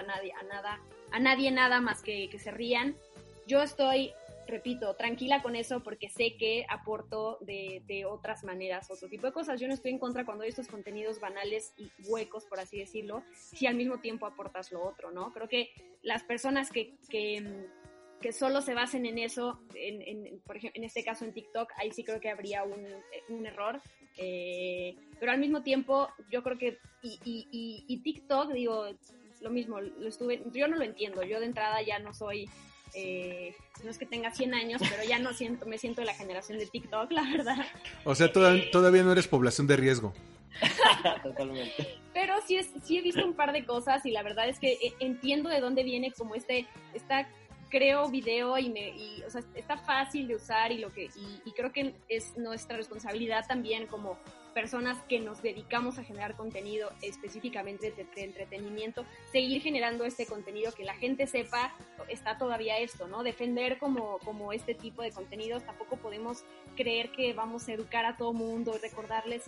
a nadie nada más que se rían, yo estoy, repito, tranquila con eso porque sé que aporto de otras maneras, otro tipo de cosas. Yo no estoy en contra cuando hay estos contenidos banales y huecos, por así decirlo, si al mismo tiempo aportas lo otro, ¿no? Creo que las personas que que solo se basen en eso, por ejemplo, en este caso en TikTok, ahí sí creo que habría un error, pero al mismo tiempo yo creo que, y TikTok, digo, lo mismo, yo no lo entiendo, yo de entrada ya no soy, no es que tenga 100 años, pero ya me siento de la generación de TikTok, la verdad. O sea, todavía no eres población de riesgo. Totalmente. Pero sí he visto un par de cosas y la verdad es que entiendo de dónde viene como creo video o sea, está fácil de usar y creo que es nuestra responsabilidad también como personas que nos dedicamos a generar contenido específicamente de entretenimiento, seguir generando este contenido, que la gente sepa, está todavía esto, ¿no? Defender como este tipo de contenidos, tampoco podemos creer que vamos a educar a todo mundo, recordarles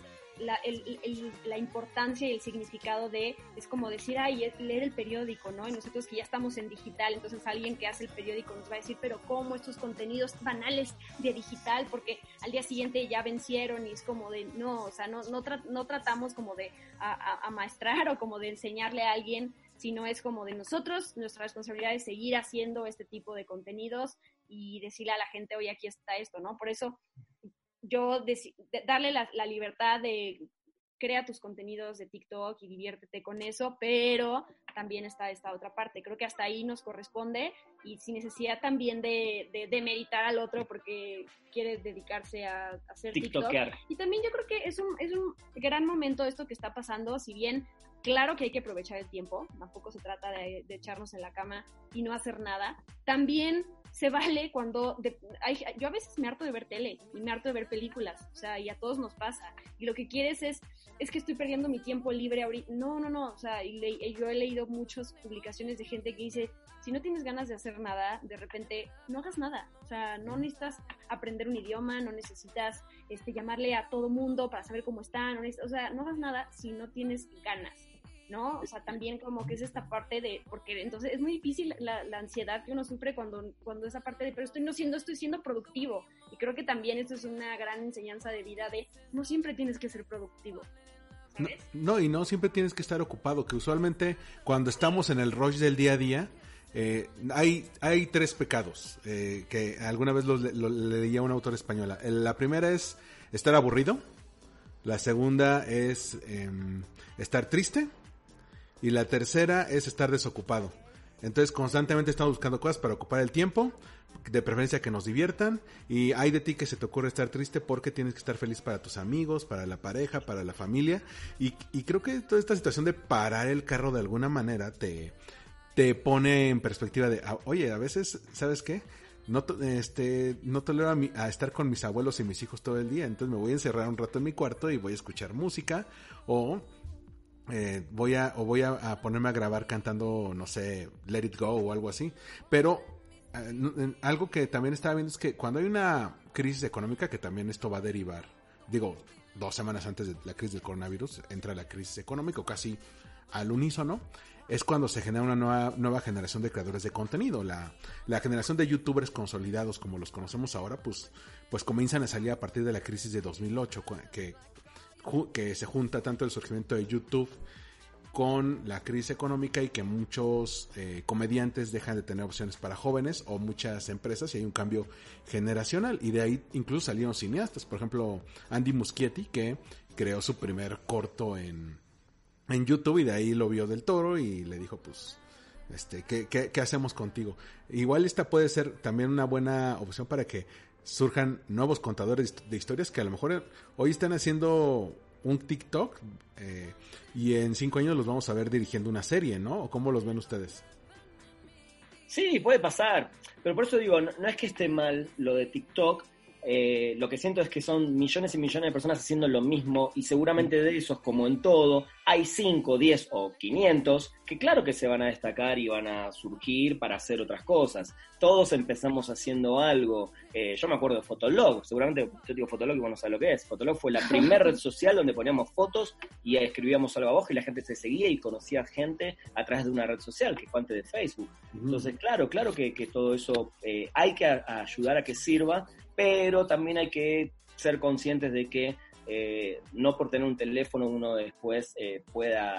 la importancia y el significado es como decir, leer el periódico, ¿no? Y nosotros que ya estamos en digital, entonces alguien que hace el periódico nos va a decir, pero ¿cómo estos contenidos banales de digital? Porque al día siguiente ya vencieron y es como de, no, o sea, no tratamos como de amaestrar o como de enseñarle a alguien, sino es como de nosotros, nuestra responsabilidad es seguir haciendo este tipo de contenidos y decirle a la gente, oye, aquí está esto, ¿no? Por eso yo darle la libertad de crea tus contenidos de TikTok y diviértete con eso, pero también está esta otra parte. Creo que hasta ahí nos corresponde y sin necesidad también de demeritar al otro porque quiere dedicarse a hacer TikTok. Y también yo creo que es un gran momento esto que está pasando, si bien claro que hay que aprovechar el tiempo, tampoco se trata de echarnos en la cama y no hacer nada. También se vale cuando... yo a veces me harto de ver tele y me harto de ver películas, o sea, y a todos nos pasa. Y lo que quieres es que estoy perdiendo mi tiempo libre ahorita. No, o sea, yo he leído muchas publicaciones de gente que dice, si no tienes ganas de hacer nada, de repente no hagas nada. O sea, no necesitas aprender un idioma, no necesitas llamarle a todo mundo para saber cómo están, o sea, no hagas nada si no tienes ganas, ¿no? O sea, también como que es esta parte porque entonces es muy difícil la ansiedad que uno sufre cuando esa parte de, pero estoy siendo productivo, y creo que también esto es una gran enseñanza de vida de, no siempre tienes que ser productivo, ¿sabes? No, y no siempre tienes que estar ocupado, que usualmente cuando estamos en el rush del día a día, hay 3 pecados, que alguna vez lo leía una autora española. La primera es estar aburrido, la segunda es estar triste, y la tercera es estar desocupado. Entonces constantemente estamos buscando cosas para ocupar el tiempo, de preferencia que nos diviertan, y hay de ti que se te ocurre estar triste porque tienes que estar feliz para tus amigos, para la pareja, para la familia, y creo que toda esta situación de parar el carro de alguna manera te pone en perspectiva de, oye, a veces, ¿sabes qué? No tolero a estar con mis abuelos y mis hijos todo el día, entonces me voy a encerrar un rato en mi cuarto y voy a escuchar música, o voy a ponerme a grabar cantando, no sé, Let It Go o algo así. Pero algo que también estaba viendo es que cuando hay una crisis económica, que también esto va a derivar, 2 semanas antes de la crisis del coronavirus entra la crisis económica, casi al unísono, es cuando se genera una nueva generación de creadores de contenido. La generación de youtubers consolidados como los conocemos ahora, pues comienzan a salir a partir de la crisis de 2008, que se junta tanto el surgimiento de YouTube con la crisis económica, y que muchos comediantes dejan de tener opciones para jóvenes, o muchas empresas, y hay un cambio generacional, y de ahí incluso salieron cineastas. Por ejemplo, Andy Muschietti, que creó su primer corto en YouTube, y de ahí lo vio Del Toro y le dijo, pues, ¿qué hacemos contigo? Igual esta puede ser también una buena opción para que surjan nuevos contadores de historias que a lo mejor hoy están haciendo un TikTok y en 5 años los vamos a ver dirigiendo una serie, ¿no? ¿O cómo los ven ustedes? Sí, puede pasar, pero por eso digo, no es que esté mal lo de TikTok. Lo que siento es que son millones y millones de personas haciendo lo mismo, y seguramente de esos, como en todo, hay 5, 10 o 500 que claro que se van a destacar y van a surgir para hacer otras cosas. Todos empezamos haciendo algo. Yo me acuerdo de Fotolog, seguramente yo digo Fotolog y vos no sabés lo que es. Fotolog fue la primera red social donde poníamos fotos y escribíamos algo abajo y la gente se seguía y conocía gente a través de una red social que fue antes de Facebook. Entonces, claro que todo eso hay que ayudar a que sirva, pero también hay que ser conscientes de que no por tener un teléfono uno después pueda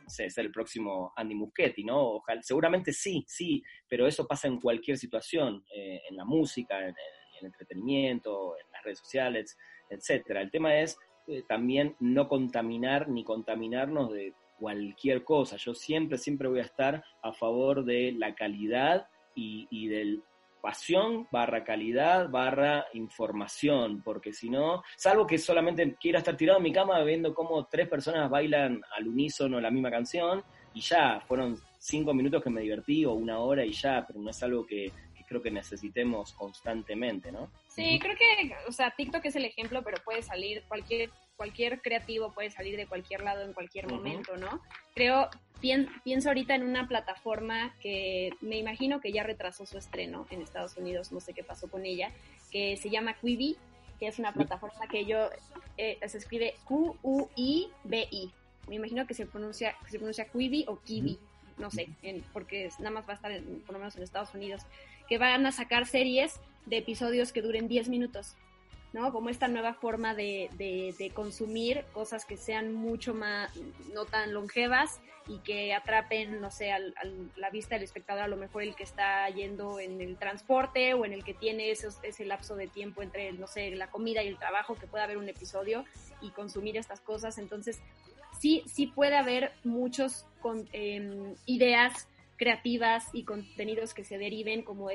ser el próximo Andy Muschietti, ¿no? Ojalá, seguramente sí, pero eso pasa en cualquier situación, en la música, en el entretenimiento, en las redes sociales, etcétera. El tema es también no contaminar ni contaminarnos de cualquier cosa. Yo siempre voy a estar a favor de la calidad y del pasión / calidad / información, porque si no, salvo que solamente quiera estar tirado en mi cama viendo cómo 3 personas bailan al unísono la misma canción, y ya, fueron 5 minutos que me divertí, o 1 hora y ya, pero no es algo que creo que necesitemos constantemente, ¿no? Sí, creo que, o sea, TikTok es el ejemplo, pero puede salir, cualquier creativo puede salir de cualquier lado en cualquier momento, ¿no? Pienso ahorita en una plataforma que me imagino que ya retrasó su estreno en Estados Unidos, no sé qué pasó con ella, que se llama Quibi, que es una plataforma que se escribe Q-U-I-B-I. Me imagino que se pronuncia Quibi o Kiwi, no sé, porque nada más va a estar por lo menos en Estados Unidos, que van a sacar series de episodios que duren 10 minutos, ¿no? Como esta nueva forma de consumir cosas que sean mucho más, no tan longevas y que atrapen, no sé, la vista del espectador, a lo mejor el que está yendo en el transporte o en el que tiene ese lapso de tiempo entre, no sé, la comida y el trabajo, que pueda haber un episodio y consumir estas cosas. Entonces, sí puede haber muchos ideas creativas y contenidos que se deriven como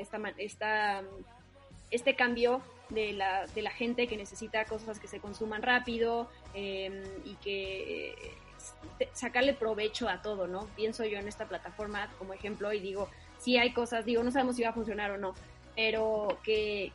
este cambio de la gente que necesita cosas que se consuman rápido y que sacarle provecho a todo, ¿no? Pienso yo en esta plataforma como ejemplo y digo, sí hay cosas, no sabemos si va a funcionar o no, pero que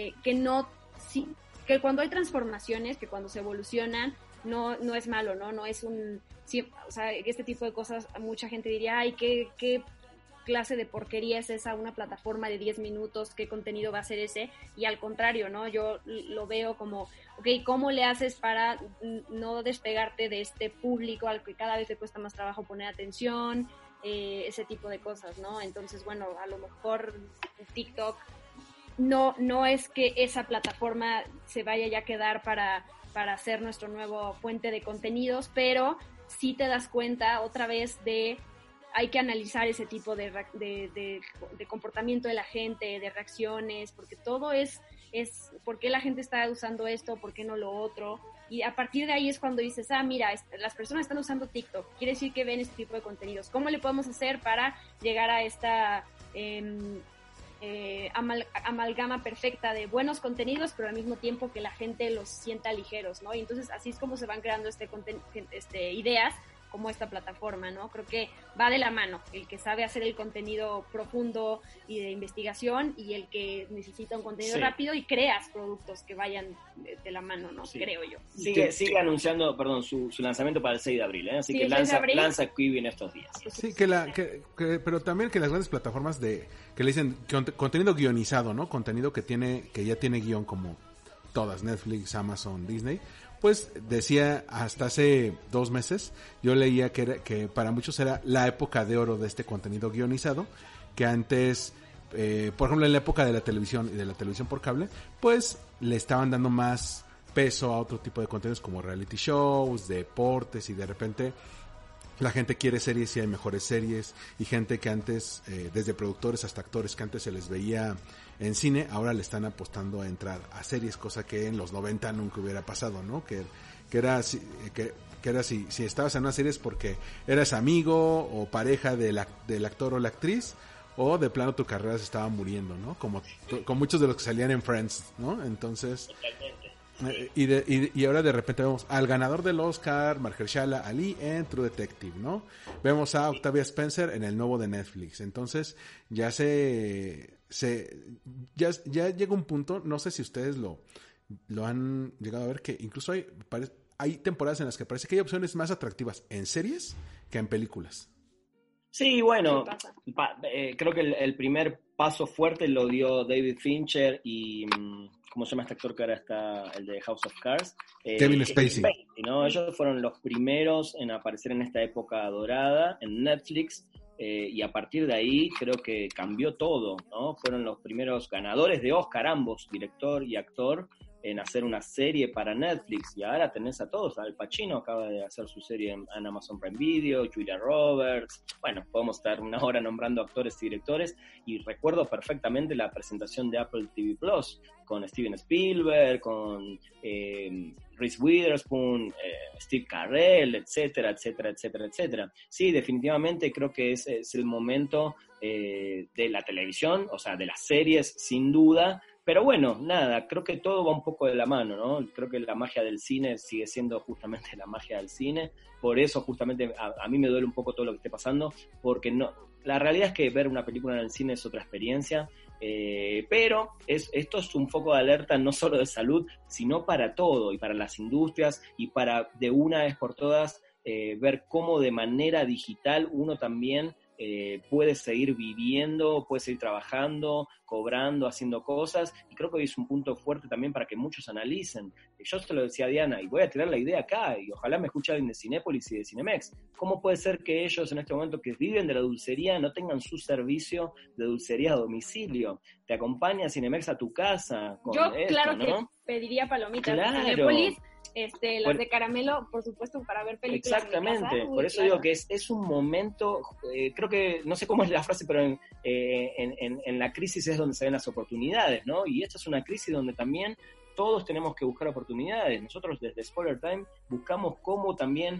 cuando hay transformaciones, que cuando se evolucionan, no es malo, ¿no? No es o sea, este tipo de cosas, mucha gente diría, ay, qué clase de porquería es esa, una plataforma de 10 minutos, qué contenido va a ser ese, y al contrario, ¿no? Yo lo veo como, okay, ¿cómo le haces para no despegarte de este público al que cada vez te cuesta más trabajo poner atención, ese tipo de cosas, ¿no? Entonces, bueno, a lo mejor TikTok no es que esa plataforma se vaya ya a quedar para ser nuestro nuevo fuente de contenidos, pero sí te das cuenta otra vez hay que analizar ese tipo de comportamiento de la gente, de reacciones, porque todo es por qué la gente está usando esto, por qué no lo otro, y a partir de ahí es cuando dices, mira, las personas están usando TikTok, quiere decir que ven este tipo de contenidos, ¿cómo le podemos hacer para llegar a esta amalgama perfecta de buenos contenidos, pero al mismo tiempo que la gente los sienta ligeros, ¿no? Y entonces así es como se van creando ideas como esta plataforma, ¿no? Creo que va de la mano, el que sabe hacer el contenido profundo y de investigación y el que necesita un contenido rápido y creas productos que vayan de la mano, ¿no? Sí. Creo yo. Sigue anunciando, su lanzamiento para el 6 de abril, ¿eh? Así que lanza Quibi en estos días. Sí, pero también que las grandes plataformas que le dicen contenido guionizado, ¿no? Contenido que ya tiene guión, como todas, Netflix, Amazon, Disney. Pues decía, hasta hace 2 meses, yo leía que para muchos era la época de oro de este contenido guionizado, que antes, por ejemplo, en la época de la televisión y de la televisión por cable, pues le estaban dando más peso a otro tipo de contenidos como reality shows, deportes, y de repente la gente quiere series y hay mejores series, y gente que antes, desde productores hasta actores que antes se les veía en cine, ahora le están apostando a entrar a series, cosa que en los 90 nunca hubiera pasado, ¿no? Que era si estabas en una serie es porque eras amigo o pareja del actor o la actriz, o de plano tu carrera se estaba muriendo, ¿no? Como con muchos de los que salían en Friends, ¿no? Entonces, y ahora de repente vemos al ganador del Oscar, Mahershala Ali, en True Detective, ¿no? Vemos a Octavia Spencer en el nuevo de Netflix. Entonces, ya llega un punto, no sé si ustedes lo han llegado a ver, que incluso hay temporadas en las que parece que hay opciones más atractivas en series que en películas. Sí, bueno, creo que el primer paso fuerte lo dio David Fincher y, ¿cómo se llama este actor que ahora está, el de House of Cards? Kevin Spacey, ¿no? Ellos fueron los primeros en aparecer en esta época dorada en Netflix, y a partir de ahí creo que cambió todo, ¿no? Fueron los primeros ganadores de Oscar, ambos, director y actor, en hacer una serie para Netflix, y ahora tenés a todos. Al Pacino acaba de hacer su serie en Amazon Prime Video, Julia Roberts, bueno, podemos estar una hora nombrando actores y directores, y recuerdo perfectamente la presentación de Apple TV Plus, con Steven Spielberg, con Reese Witherspoon, Steve Carell, etcétera, etcétera, etcétera, etcétera. Sí, definitivamente creo que es el momento de la televisión, o sea, de las series, sin duda. Pero bueno, nada, creo que todo va un poco de la mano, ¿no? Creo que la magia del cine sigue siendo justamente la magia del cine. Por eso justamente a mí me duele un poco todo lo que esté pasando, porque no, la realidad es que ver una película en el cine es otra experiencia. Pero esto es un foco de alerta no solo de salud, sino para todo, y para las industrias, y para de una vez por todas ver cómo de manera digital uno también puede seguir viviendo, puede seguir trabajando, cobrando, haciendo cosas, y creo que hoy es un punto fuerte también para que muchos analicen. Yo se lo decía a Diana, y voy a tirar la idea acá, y ojalá me escuche alguien de Cinépolis y de Cinemex. ¿Cómo puede ser que ellos en este momento que viven de la dulcería no tengan su servicio de dulcería a domicilio? Te acompaña Cinemex a tu casa con Yo, esto, claro, ¿no? que pediría palomitas de Claro. Cinépolis, las de caramelo, por supuesto, para ver películas. Exactamente, en mi casa. por eso claro. digo que es un momento, creo que, no sé cómo es la frase, pero en la crisis es donde se ven las oportunidades, ¿no? Y esta es una crisis donde también todos tenemos que buscar oportunidades. Nosotros desde Spoiler Time buscamos cómo también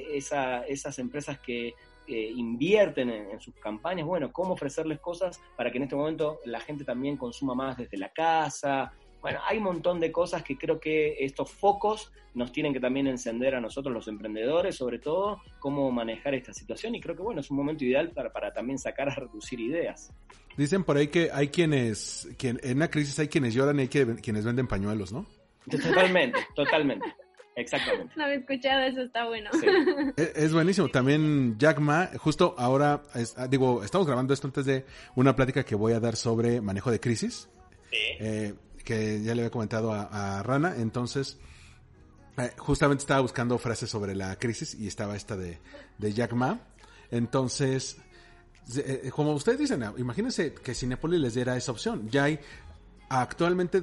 esas empresas que invierten en sus campañas, bueno, cómo ofrecerles cosas para que en este momento la gente también consuma más desde la casa. Bueno, hay un montón de cosas que creo que estos focos nos tienen que también encender a nosotros los emprendedores, sobre todo, cómo manejar esta situación, y creo que bueno, es un momento ideal para también sacar a reducir ideas. Dicen por ahí que hay en una crisis hay quienes lloran y hay quienes venden pañuelos, ¿no? Totalmente. Exactamente. No había escuchado eso, está bueno. Sí. Es buenísimo. También Jack Ma, justo ahora, estamos grabando esto antes de una plática que voy a dar sobre manejo de crisis. Sí. Que ya le había comentado a Rana. Entonces, justamente estaba buscando frases sobre la crisis y estaba esta de Jack Ma. Entonces, como ustedes dicen, imagínense que Cinépolis les diera esa opción. Ya hay actualmente,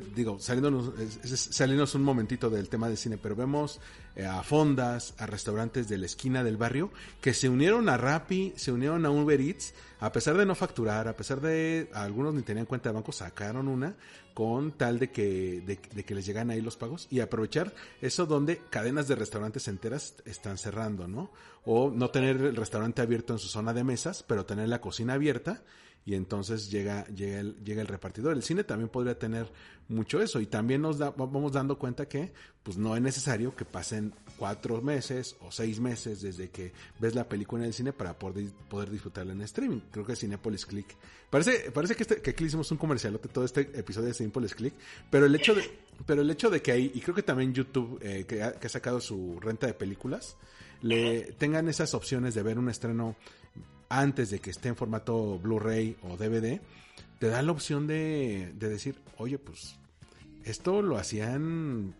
saliéndonos un momentito del tema del cine, pero vemos a fondas, a restaurantes de la esquina del barrio que se unieron a Rappi, se unieron a Uber Eats, a pesar de no facturar, a pesar de algunos ni tenían cuenta de banco, sacaron una con tal de que les llegan ahí los pagos, y aprovechar eso donde cadenas de restaurantes enteras están cerrando, ¿no? O no tener el restaurante abierto en su zona de mesas, pero tener la cocina abierta, y entonces llega el repartidor. El cine también podría tener mucho eso, y también vamos dando cuenta que pues no es necesario que pasen 4 meses o 6 meses desde que ves la película en el cine para poder disfrutarla en streaming. Creo que Cinépolis Click parece que aquí le hicimos un comercialote todo este episodio de Cinépolis Click, pero el hecho de que ahí, y creo que también YouTube que ha sacado su renta de películas, tengan esas opciones de ver un estreno antes de que esté en formato Blu-ray o DVD, te da la opción de decir, oye, pues esto lo hacían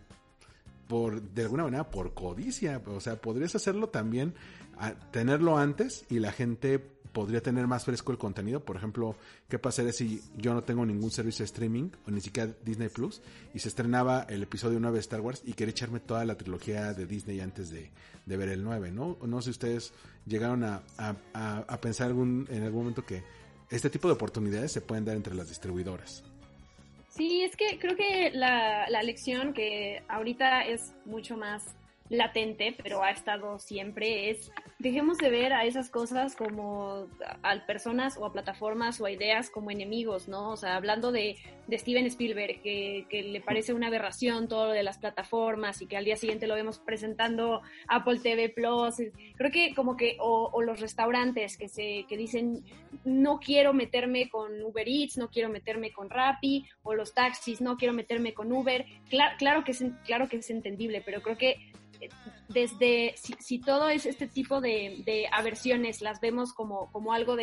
de alguna manera por codicia. O sea, podrías hacerlo también, tenerlo antes, y la gente podría tener más fresco el contenido. Por ejemplo, ¿qué pasaría si yo no tengo ningún servicio de streaming o ni siquiera Disney Plus y se estrenaba el episodio 9 de Star Wars y quería echarme toda la trilogía de Disney antes de ver el 9, ¿no? No sé si ustedes llegaron a pensar en algún momento que este tipo de oportunidades se pueden dar entre las distribuidoras. Sí, es que creo que la lección que ahorita es mucho más latente, pero ha estado siempre, es dejemos de ver a esas cosas como a personas o a plataformas o a ideas como enemigos, ¿no? O sea, hablando de Steven Spielberg, que le parece una aberración todo lo de las plataformas y que al día siguiente lo vemos presentando Apple TV Plus. Creo que como que, o los restaurantes que dicen no quiero meterme con Uber Eats, no quiero meterme con Rappi, o los taxis, no quiero meterme con Uber. Claro que es entendible, pero creo que desde si todo es este tipo de aversiones las vemos como algo de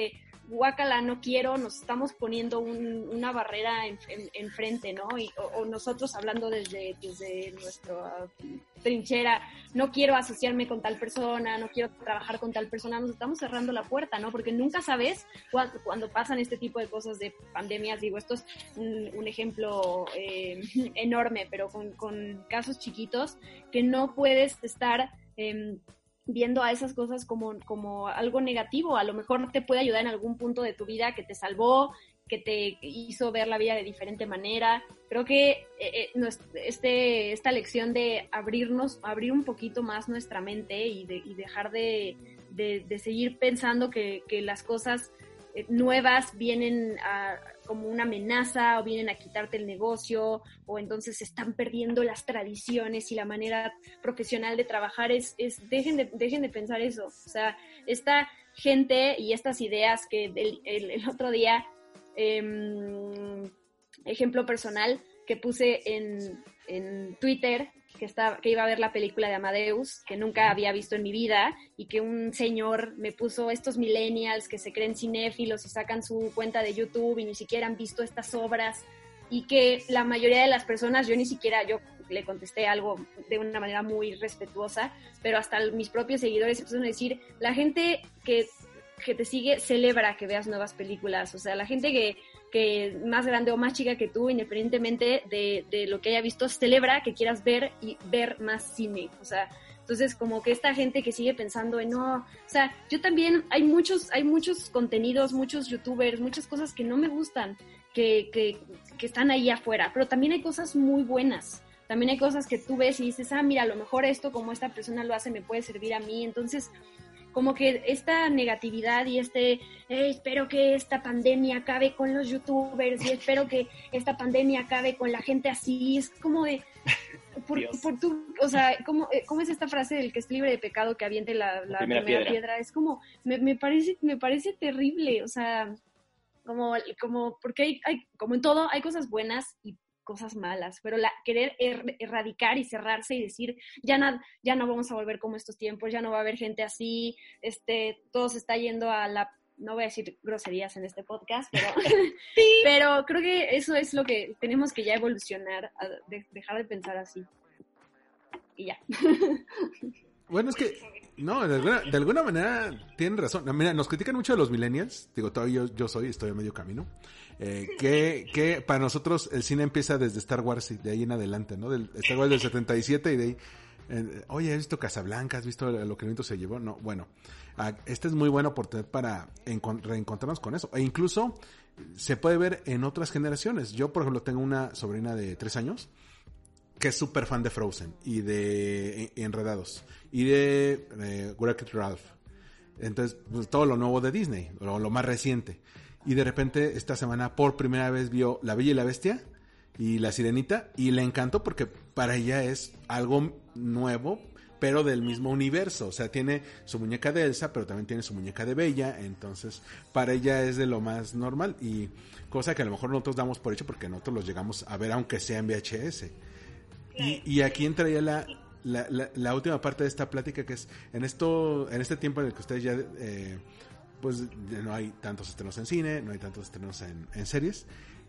guácala, no quiero, nos estamos poniendo una barrera enfrente, ¿no? O nosotros hablando desde nuestra trinchera, no quiero asociarme con tal persona, no quiero trabajar con tal persona, nos estamos cerrando la puerta, ¿no? Porque nunca sabes cuando pasan este tipo de cosas de pandemias, digo, esto es un ejemplo enorme, pero con casos chiquitos, que no puedes estar viendo a esas cosas como algo negativo. A lo mejor te puede ayudar en algún punto de tu vida, que te salvó, que te hizo ver la vida de diferente manera. Creo que esta lección de abrir un poquito más nuestra mente y dejar de seguir pensando que las cosas nuevas vienen como una amenaza o vienen a quitarte el negocio, o entonces se están perdiendo las tradiciones y la manera profesional de trabajar. Dejen de pensar eso. O sea, esta gente y estas ideas que el otro día, ejemplo personal que puse en Twitter, que iba a ver la película de Amadeus, que nunca había visto en mi vida, y que un señor me puso, estos millennials que se creen cinéfilos y sacan su cuenta de YouTube y ni siquiera han visto estas obras, y que la mayoría de las personas, yo le contesté algo de una manera muy respetuosa, pero hasta mis propios seguidores empezaron a decir, la gente que te sigue celebra que veas nuevas películas, o sea, la gente que más grande o más chica que tú, independientemente de lo que haya visto, celebra que quieras ver y ver más cine. O sea, entonces como que esta gente que sigue pensando en no, o sea, yo también, hay muchos contenidos, muchos youtubers, muchas cosas que no me gustan, que están ahí afuera, pero también hay cosas muy buenas. También hay cosas que tú ves y dices, mira, a lo mejor esto, como esta persona lo hace, me puede servir a mí. Entonces, como que esta negatividad y espero que esta pandemia acabe con los youtubers y espero que esta pandemia acabe con la gente así, es como de, o sea, ¿cómo es esta frase del que es libre de pecado que aviente la primera piedra? Es como, me parece terrible, o sea, como porque hay como en todo, hay cosas buenas y cosas malas, pero querer erradicar y cerrarse y decir, ya no vamos a volver como estos tiempos, ya no va a haber gente así, todo se está yendo no voy a decir groserías en este podcast, pero, pero creo que eso es lo que tenemos que ya evolucionar, dejar de pensar así. Y ya. Bueno, es que, no, de alguna manera tienen razón. Mira, nos critican mucho de los millennials, digo, todavía estoy a medio camino, que para nosotros el cine empieza desde Star Wars y de ahí en adelante, ¿no? Del Star Wars del 77 y de ahí, oye, ¿has visto Casablanca? ¿Has visto lo que el viento se llevó? No, bueno, esta es muy buena oportunidad para reencontrarnos con eso. E incluso se puede ver en otras generaciones. Yo, por ejemplo, tengo una sobrina de 3 años que es súper fan de Frozen y de Enredados y de Wreck-It Ralph. Entonces, pues, todo lo nuevo de Disney, lo más reciente. Y de repente, esta semana, por primera vez vio La Bella y la Bestia y La Sirenita, y le encantó porque para ella es algo nuevo, pero del mismo universo. O sea, tiene su muñeca de Elsa, pero también tiene su muñeca de Bella. Entonces, para ella es de lo más normal, y cosa que a lo mejor nosotros damos por hecho porque nosotros los llegamos a ver, aunque sea en VHS. Y aquí entraría la última parte de esta plática, que es en este tiempo en el que ustedes ya pues ya no hay tantos estrenos en cine, no hay tantos estrenos en series,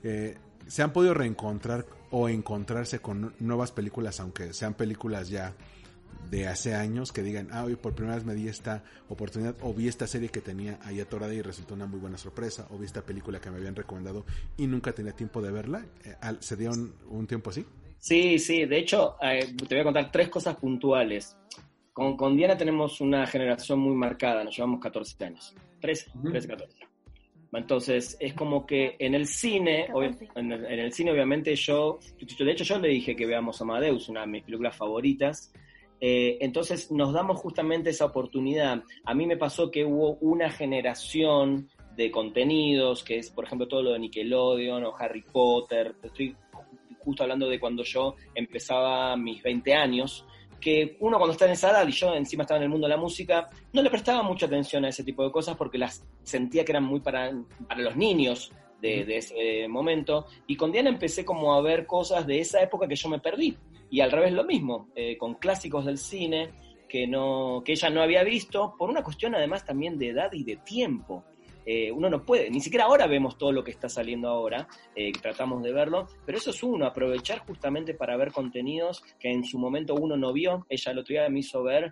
se han podido reencontrar o encontrarse con nuevas películas, aunque sean películas ya de hace años, que digan, hoy por primera vez me di esta oportunidad, o vi esta serie que tenía ahí atorada y resultó una muy buena sorpresa, o vi esta película que me habían recomendado y nunca tenía tiempo de verla. ¿Se dieron un tiempo así? Sí, de hecho, te voy a contar 3 cosas puntuales. Con Diana tenemos una generación muy marcada, nos llevamos 14 años, 13, 14. Entonces, es como que en el cine, en el cine obviamente de hecho yo le dije que veamos Amadeus, una de mis películas favoritas. Entonces nos damos justamente esa oportunidad. A mí me pasó que hubo una generación de contenidos, que es por ejemplo todo lo de Nickelodeon o Harry Potter. Estoy justo hablando de cuando yo empezaba mis 20 años, que uno cuando está en esa edad, y yo encima estaba en el mundo de la música, no le prestaba mucha atención a ese tipo de cosas porque las sentía que eran muy para los niños de ese momento. Y con Diana empecé como a ver cosas de esa época que yo me perdí. Y al revés lo mismo, con clásicos del cine que ella no había visto, por una cuestión además también de edad y de tiempo. uno no puede, ni siquiera ahora vemos todo lo que está saliendo ahora, tratamos de verlo, pero eso es aprovechar justamente para ver contenidos que en su momento uno no vio. Ella el otro día me hizo ver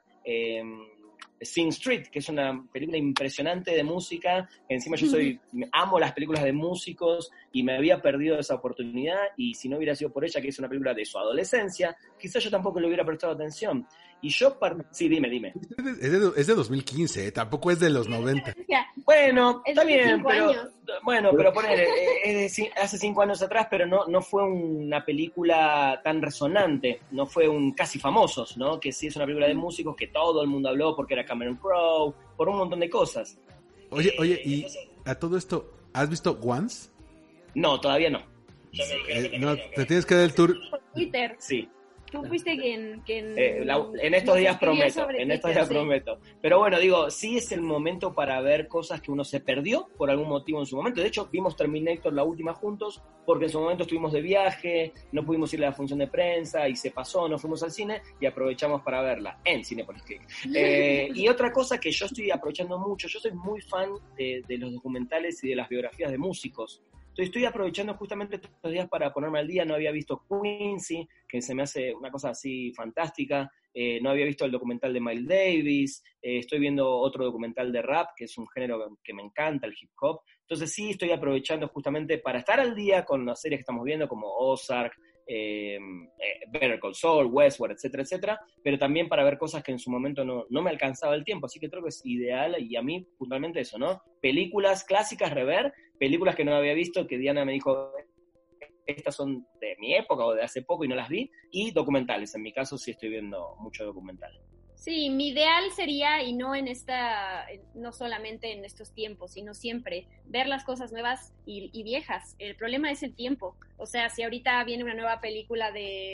Sing Street, que es una película impresionante de música, que encima amo las películas de músicos y me había perdido esa oportunidad, y si no hubiera sido por ella, que es una película de su adolescencia, quizás yo tampoco le hubiera prestado atención. Y yo, sí, dime. Es de 2015, tampoco es de los 90. Bueno, Es está de bien, 5 pero años. bueno, pero ponele, hace 5 años atrás, pero no fue una película tan resonante, no fue un Casi Famosos, ¿no? Que sí es una película de músicos que todo el mundo habló porque era Cameron Crowe, por un montón de cosas. Oye, y a todo esto, ¿has visto Once? No, todavía no. No, te tienes que dar el tour. Twitter. Sí. Tú fuiste quien en estos días prometo. Pero bueno, digo, sí es el momento para ver cosas que uno se perdió por algún motivo en su momento. De hecho, vimos Terminator la última juntos, porque en su momento estuvimos de viaje, no pudimos ir a la función de prensa, y se pasó, nos fuimos al cine, y aprovechamos para verla en Cinépolis Click. Y otra cosa que yo estoy aprovechando mucho, yo soy muy fan de los documentales y de las biografías de músicos. Estoy aprovechando justamente estos días para ponerme al día. No había visto Quincy, que se me hace una cosa así fantástica. No había visto el documental de Miles Davis. Estoy viendo otro documental de rap, que es un género que me encanta, el hip hop. Entonces sí, estoy aprovechando justamente para estar al día con las series que estamos viendo, como Ozark, Better Call Saul, Westworld, etcétera, etcétera, pero también para ver cosas que en su momento no me alcanzaba el tiempo, así que creo que es ideal, y a mí puntualmente eso, ¿no? Películas clásicas, rever, películas que no había visto, que Diana me dijo, estas son de mi época o de hace poco y no las vi, y documentales, en mi caso sí estoy viendo mucho documental. Sí, mi ideal sería, y no no solamente en estos tiempos, sino siempre, ver las cosas nuevas y viejas. El problema es el tiempo. O sea, si ahorita viene una nueva película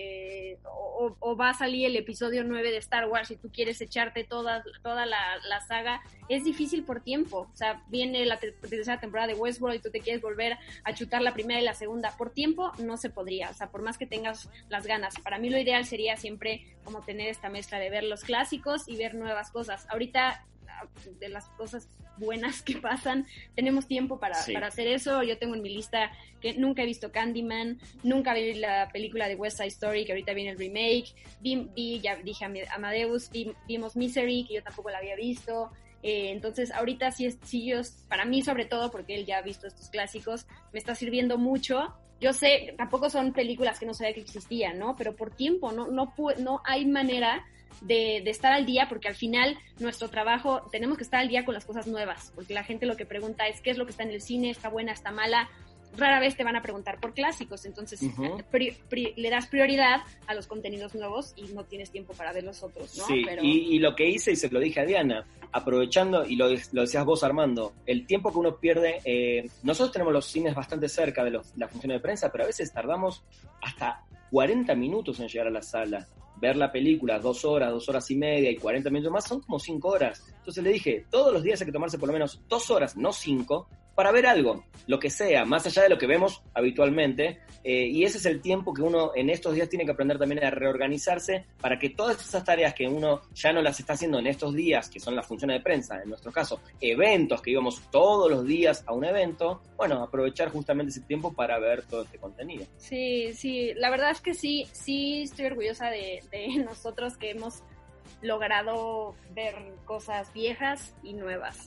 o va a salir el episodio 9 de Star Wars y tú quieres echarte toda la saga, es difícil por tiempo. O sea, viene la tercera temporada de Westworld y tú te quieres volver a chutar la primera y la segunda. Por tiempo no se podría, o sea, por más que tengas las ganas. Para mí lo ideal sería siempre como tener esta mezcla de ver los clásicos y ver nuevas cosas. Ahorita, de las cosas buenas que pasan, tenemos tiempo para hacer eso. Yo tengo en mi lista que nunca he visto Candyman, nunca vi la película de West Side Story, que ahorita viene el remake, ya dije Amadeus, vimos Misery, que yo tampoco la había visto. Entonces ahorita sí yo, para mí sobre todo, porque él ya ha visto estos clásicos, me está sirviendo mucho. Yo sé, tampoco son películas que no sabía que existían, ¿no? Pero por tiempo, no hay manera de estar al día, porque al final nuestro trabajo, tenemos que estar al día con las cosas nuevas, porque la gente lo que pregunta es qué es lo que está en el cine, está buena, está mala. Rara vez te van a preguntar por clásicos, entonces le das prioridad a los contenidos nuevos y no tienes tiempo para ver los otros, ¿no? Sí, pero... y lo que hice, y se lo dije a Diana, aprovechando, y lo decías vos, Armando, el tiempo que uno pierde, nosotros tenemos los cines bastante cerca de la función de prensa, pero a veces tardamos hasta 40 minutos en llegar a la sala. Ver la película 2 horas, 2 horas y media y 40 minutos más son como 5 horas. Entonces le dije, todos los días hay que tomarse por lo menos 2 horas, no 5, para ver algo, lo que sea, más allá de lo que vemos habitualmente, y ese es el tiempo que uno en estos días tiene que aprender también a reorganizarse para que todas esas tareas que uno ya no las está haciendo en estos días, que son las funciones de prensa, en nuestro caso, eventos, que íbamos todos los días a un evento, bueno, aprovechar justamente ese tiempo para ver todo este contenido. Sí, la verdad es que sí estoy orgullosa de nosotros, que hemos logrado ver cosas viejas y nuevas.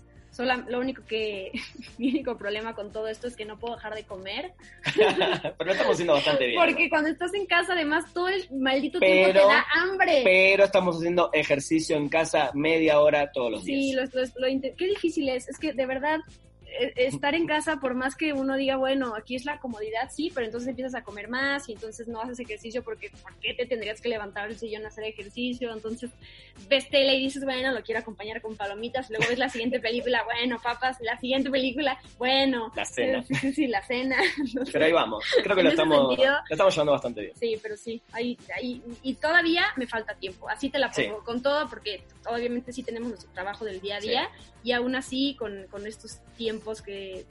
Mi único problema con todo esto es que no puedo dejar de comer. Pero lo estamos haciendo bastante bien. Porque cuando estás en casa, además, todo el maldito tiempo te da hambre. Pero estamos haciendo ejercicio en casa media hora todos los días. Sí, qué difícil es. Es que, de verdad, estar en casa, por más que uno diga, bueno, aquí es la comodidad, sí, pero entonces empiezas a comer más y entonces no haces ejercicio porque ¿por qué te tendrías que levantar el sillón a hacer ejercicio? Entonces ves tele y dices, bueno, lo quiero acompañar con palomitas, luego ves la siguiente película, bueno, papas, la siguiente película, bueno. La cena. Sí, la cena. Entonces, pero ahí vamos, creo que lo estamos llevando bastante bien. Sí, pero sí, ahí, y todavía me falta tiempo, así te la pongo, con todo, porque obviamente sí tenemos nuestro trabajo del día a día, y aún así con estos tiempos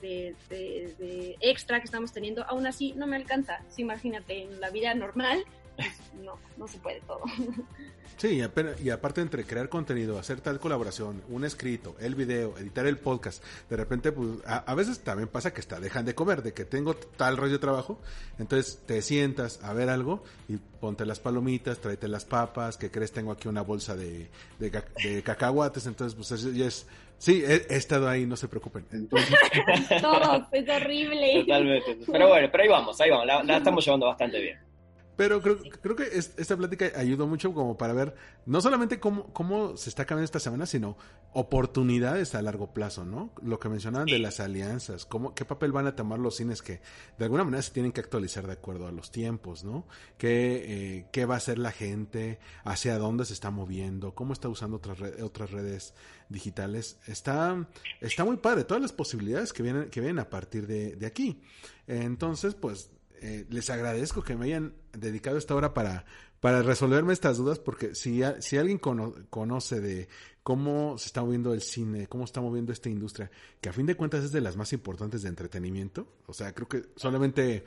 de extra que estamos teniendo, aún así no me alcanza. Sí, imagínate, en la vida normal no se puede todo. Sí, y aparte entre crear contenido, hacer tal colaboración, un escrito, el video, editar el podcast, de repente pues a veces también pasa que dejan de comer, de que tengo tal rollo de trabajo, entonces te sientas a ver algo y ponte las palomitas, tráete las papas, que crees tengo aquí una bolsa de cacahuates, entonces pues eso ya es... Sí, he estado ahí, no se preocupen. Entonces... Todo, es horrible. Totalmente. Pero bueno, pero ahí vamos, la estamos llevando bastante bien. Pero creo que esta plática ayudó mucho como para ver no solamente cómo se está cambiando esta semana, sino oportunidades a largo plazo, ¿no? Lo que mencionaban de las alianzas, qué papel van a tomar los cines que de alguna manera se tienen que actualizar de acuerdo a los tiempos, ¿no? ¿Qué va a hacer la gente? ¿Hacia dónde se está moviendo? ¿Cómo está usando otras redes digitales? Está muy padre, todas las posibilidades que vienen a partir de aquí. Entonces, pues... les agradezco que me hayan dedicado esta hora para resolverme estas dudas, porque si alguien conoce de cómo se está moviendo el cine, cómo está moviendo esta industria, que a fin de cuentas es de las más importantes de entretenimiento, o sea, creo que solamente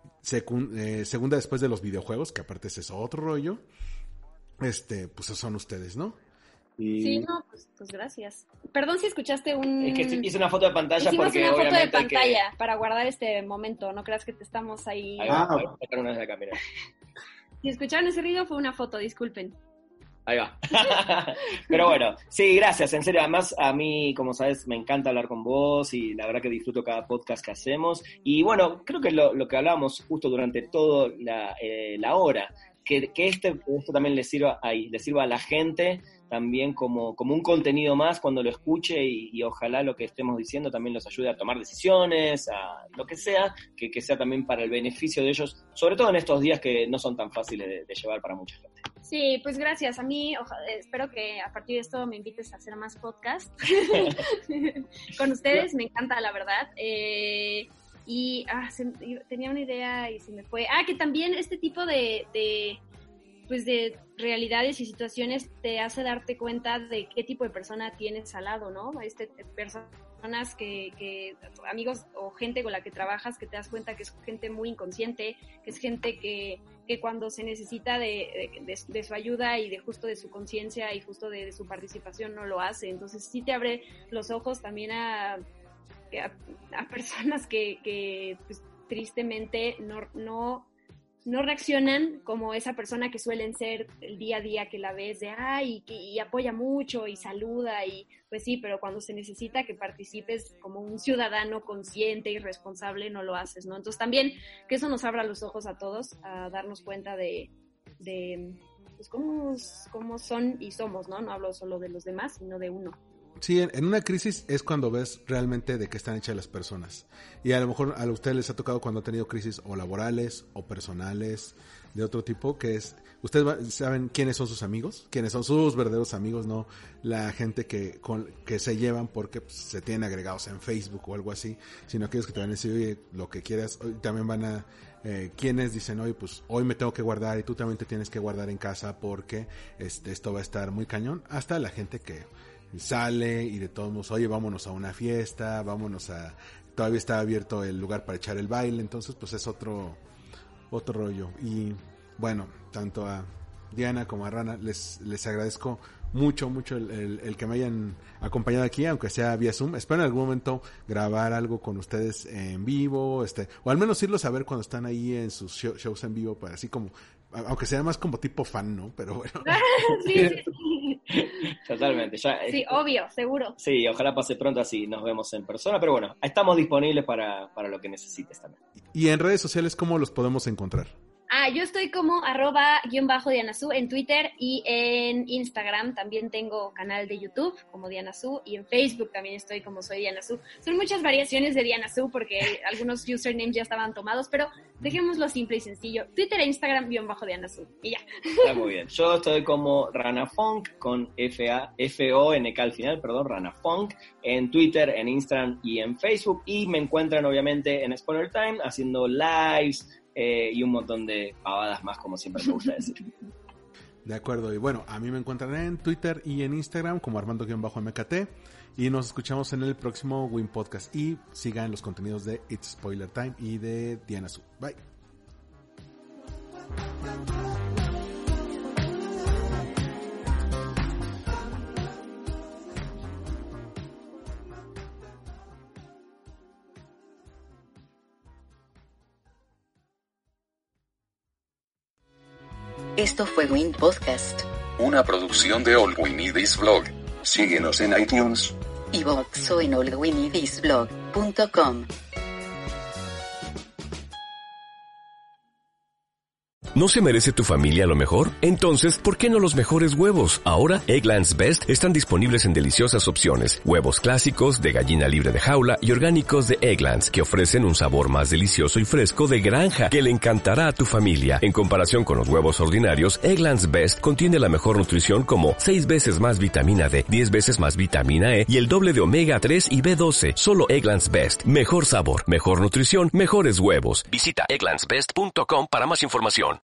segunda después de los videojuegos, que aparte ese es otro rollo, pues son ustedes, ¿no? Sí, no, pues gracias. Perdón si escuchaste Es que hice una foto de pantalla Hicimos porque una foto obviamente de pantalla para guardar este momento, no creas que te estamos ahí... Ahí va, voy a sacar una vez de acá, mira. Si escucharon ese ruido fue una foto, disculpen. Ahí va. Pero bueno, sí, gracias, en serio. Además, a mí, como sabes, me encanta hablar con vos y la verdad que disfruto cada podcast que hacemos. Y bueno, creo que lo que hablábamos justo durante toda la hora, que esto también le sirva a la gente también como un contenido más cuando lo escuche y ojalá lo que estemos diciendo también los ayude a tomar decisiones, a lo que sea, que sea también para el beneficio de ellos, sobre todo en estos días que no son tan fáciles de llevar para mucha gente. Sí, pues gracias. A mí espero que a partir de esto me invites a hacer más podcast con ustedes, me encanta la verdad. Tenía una idea y se me fue. Que también este tipo de realidades y situaciones te hace darte cuenta de qué tipo de persona tienes al lado, ¿no? Personas que amigos o gente con la que trabajas, que te das cuenta que es gente muy inconsciente, que es gente que cuando se necesita de su ayuda y de su conciencia y justo de su participación no lo hace. Entonces sí te abre los ojos también a personas que pues, tristemente no reaccionan como esa persona que suelen ser el día a día, que la ves y apoya mucho y saluda y pues sí, pero cuando se necesita que participes como un ciudadano consciente y responsable no lo haces, ¿no? Entonces también que eso nos abra los ojos a todos a darnos cuenta de pues cómo son y somos, ¿no? No hablo solo de los demás, sino de uno. Sí, en una crisis es cuando ves realmente de qué están hechas las personas. Y a lo mejor a ustedes les ha tocado cuando han tenido crisis o laborales o personales de otro tipo, que es, ustedes saben quiénes son sus amigos, quiénes son sus verdaderos amigos, no la gente que se llevan porque pues, se tienen agregados en Facebook o algo así, sino aquellos que te van a decir, oye, lo que quieras, también van a quienes dicen, oye, pues hoy me tengo que guardar y tú también te tienes que guardar en casa porque esto va a estar muy cañón, hasta la gente que sale y de todos modos, oye, vámonos a una fiesta, todavía está abierto el lugar para echar el baile, entonces pues es otro rollo. Y bueno, tanto a Diana como a Rana les agradezco mucho el que me hayan acompañado aquí, aunque sea vía Zoom. Espero en algún momento grabar algo con ustedes en vivo, o al menos irlos a ver cuando están ahí en sus shows en vivo, para así como, aunque sea más como tipo fan, ¿no? Pero bueno. Sí. Totalmente. Sí, obvio, seguro. Sí, ojalá pase pronto así nos vemos en persona, pero bueno, estamos disponibles para lo que necesites también. Y en redes sociales, ¿cómo los podemos encontrar? Yo estoy como @_DianaSu en Twitter y en Instagram. También tengo canal de YouTube como Diana Su y en Facebook también estoy como Soy Diana Su. Son muchas variaciones de Diana Su porque algunos usernames ya estaban tomados, pero dejémoslo simple y sencillo. Twitter e Instagram _Diana Su y ya. Está muy bien. Yo estoy como Rana Funk con F-O-N-K al final, perdón, Rana Funk en Twitter, en Instagram y en Facebook. Y me encuentran obviamente en Spoiler Time haciendo lives, y un montón de pavadas más, como siempre me gusta decir. De acuerdo, y bueno, a mí me encuentran en Twitter y en Instagram como Armando_MKT y nos escuchamos en el próximo Win Podcast y sigan los contenidos de It's Spoiler Time y de Diana Su. Bye. Esto fue Wind Podcast. Una producción de All We Need Is Blog. Síguenos en iTunes, iVoox o en allwinidisblog.com. ¿No se merece tu familia lo mejor? Entonces, ¿por qué no los mejores huevos? Ahora, Eggland's Best están disponibles en deliciosas opciones. Huevos clásicos, de gallina libre de jaula y orgánicos de Eggland's, que ofrecen un sabor más delicioso y fresco de granja, que le encantará a tu familia. En comparación con los huevos ordinarios, Eggland's Best contiene la mejor nutrición como 6 veces más vitamina D, 10 veces más vitamina E y el doble de omega 3 y B12. Solo Eggland's Best. Mejor sabor, mejor nutrición, mejores huevos. Visita egglandsbest.com para más información.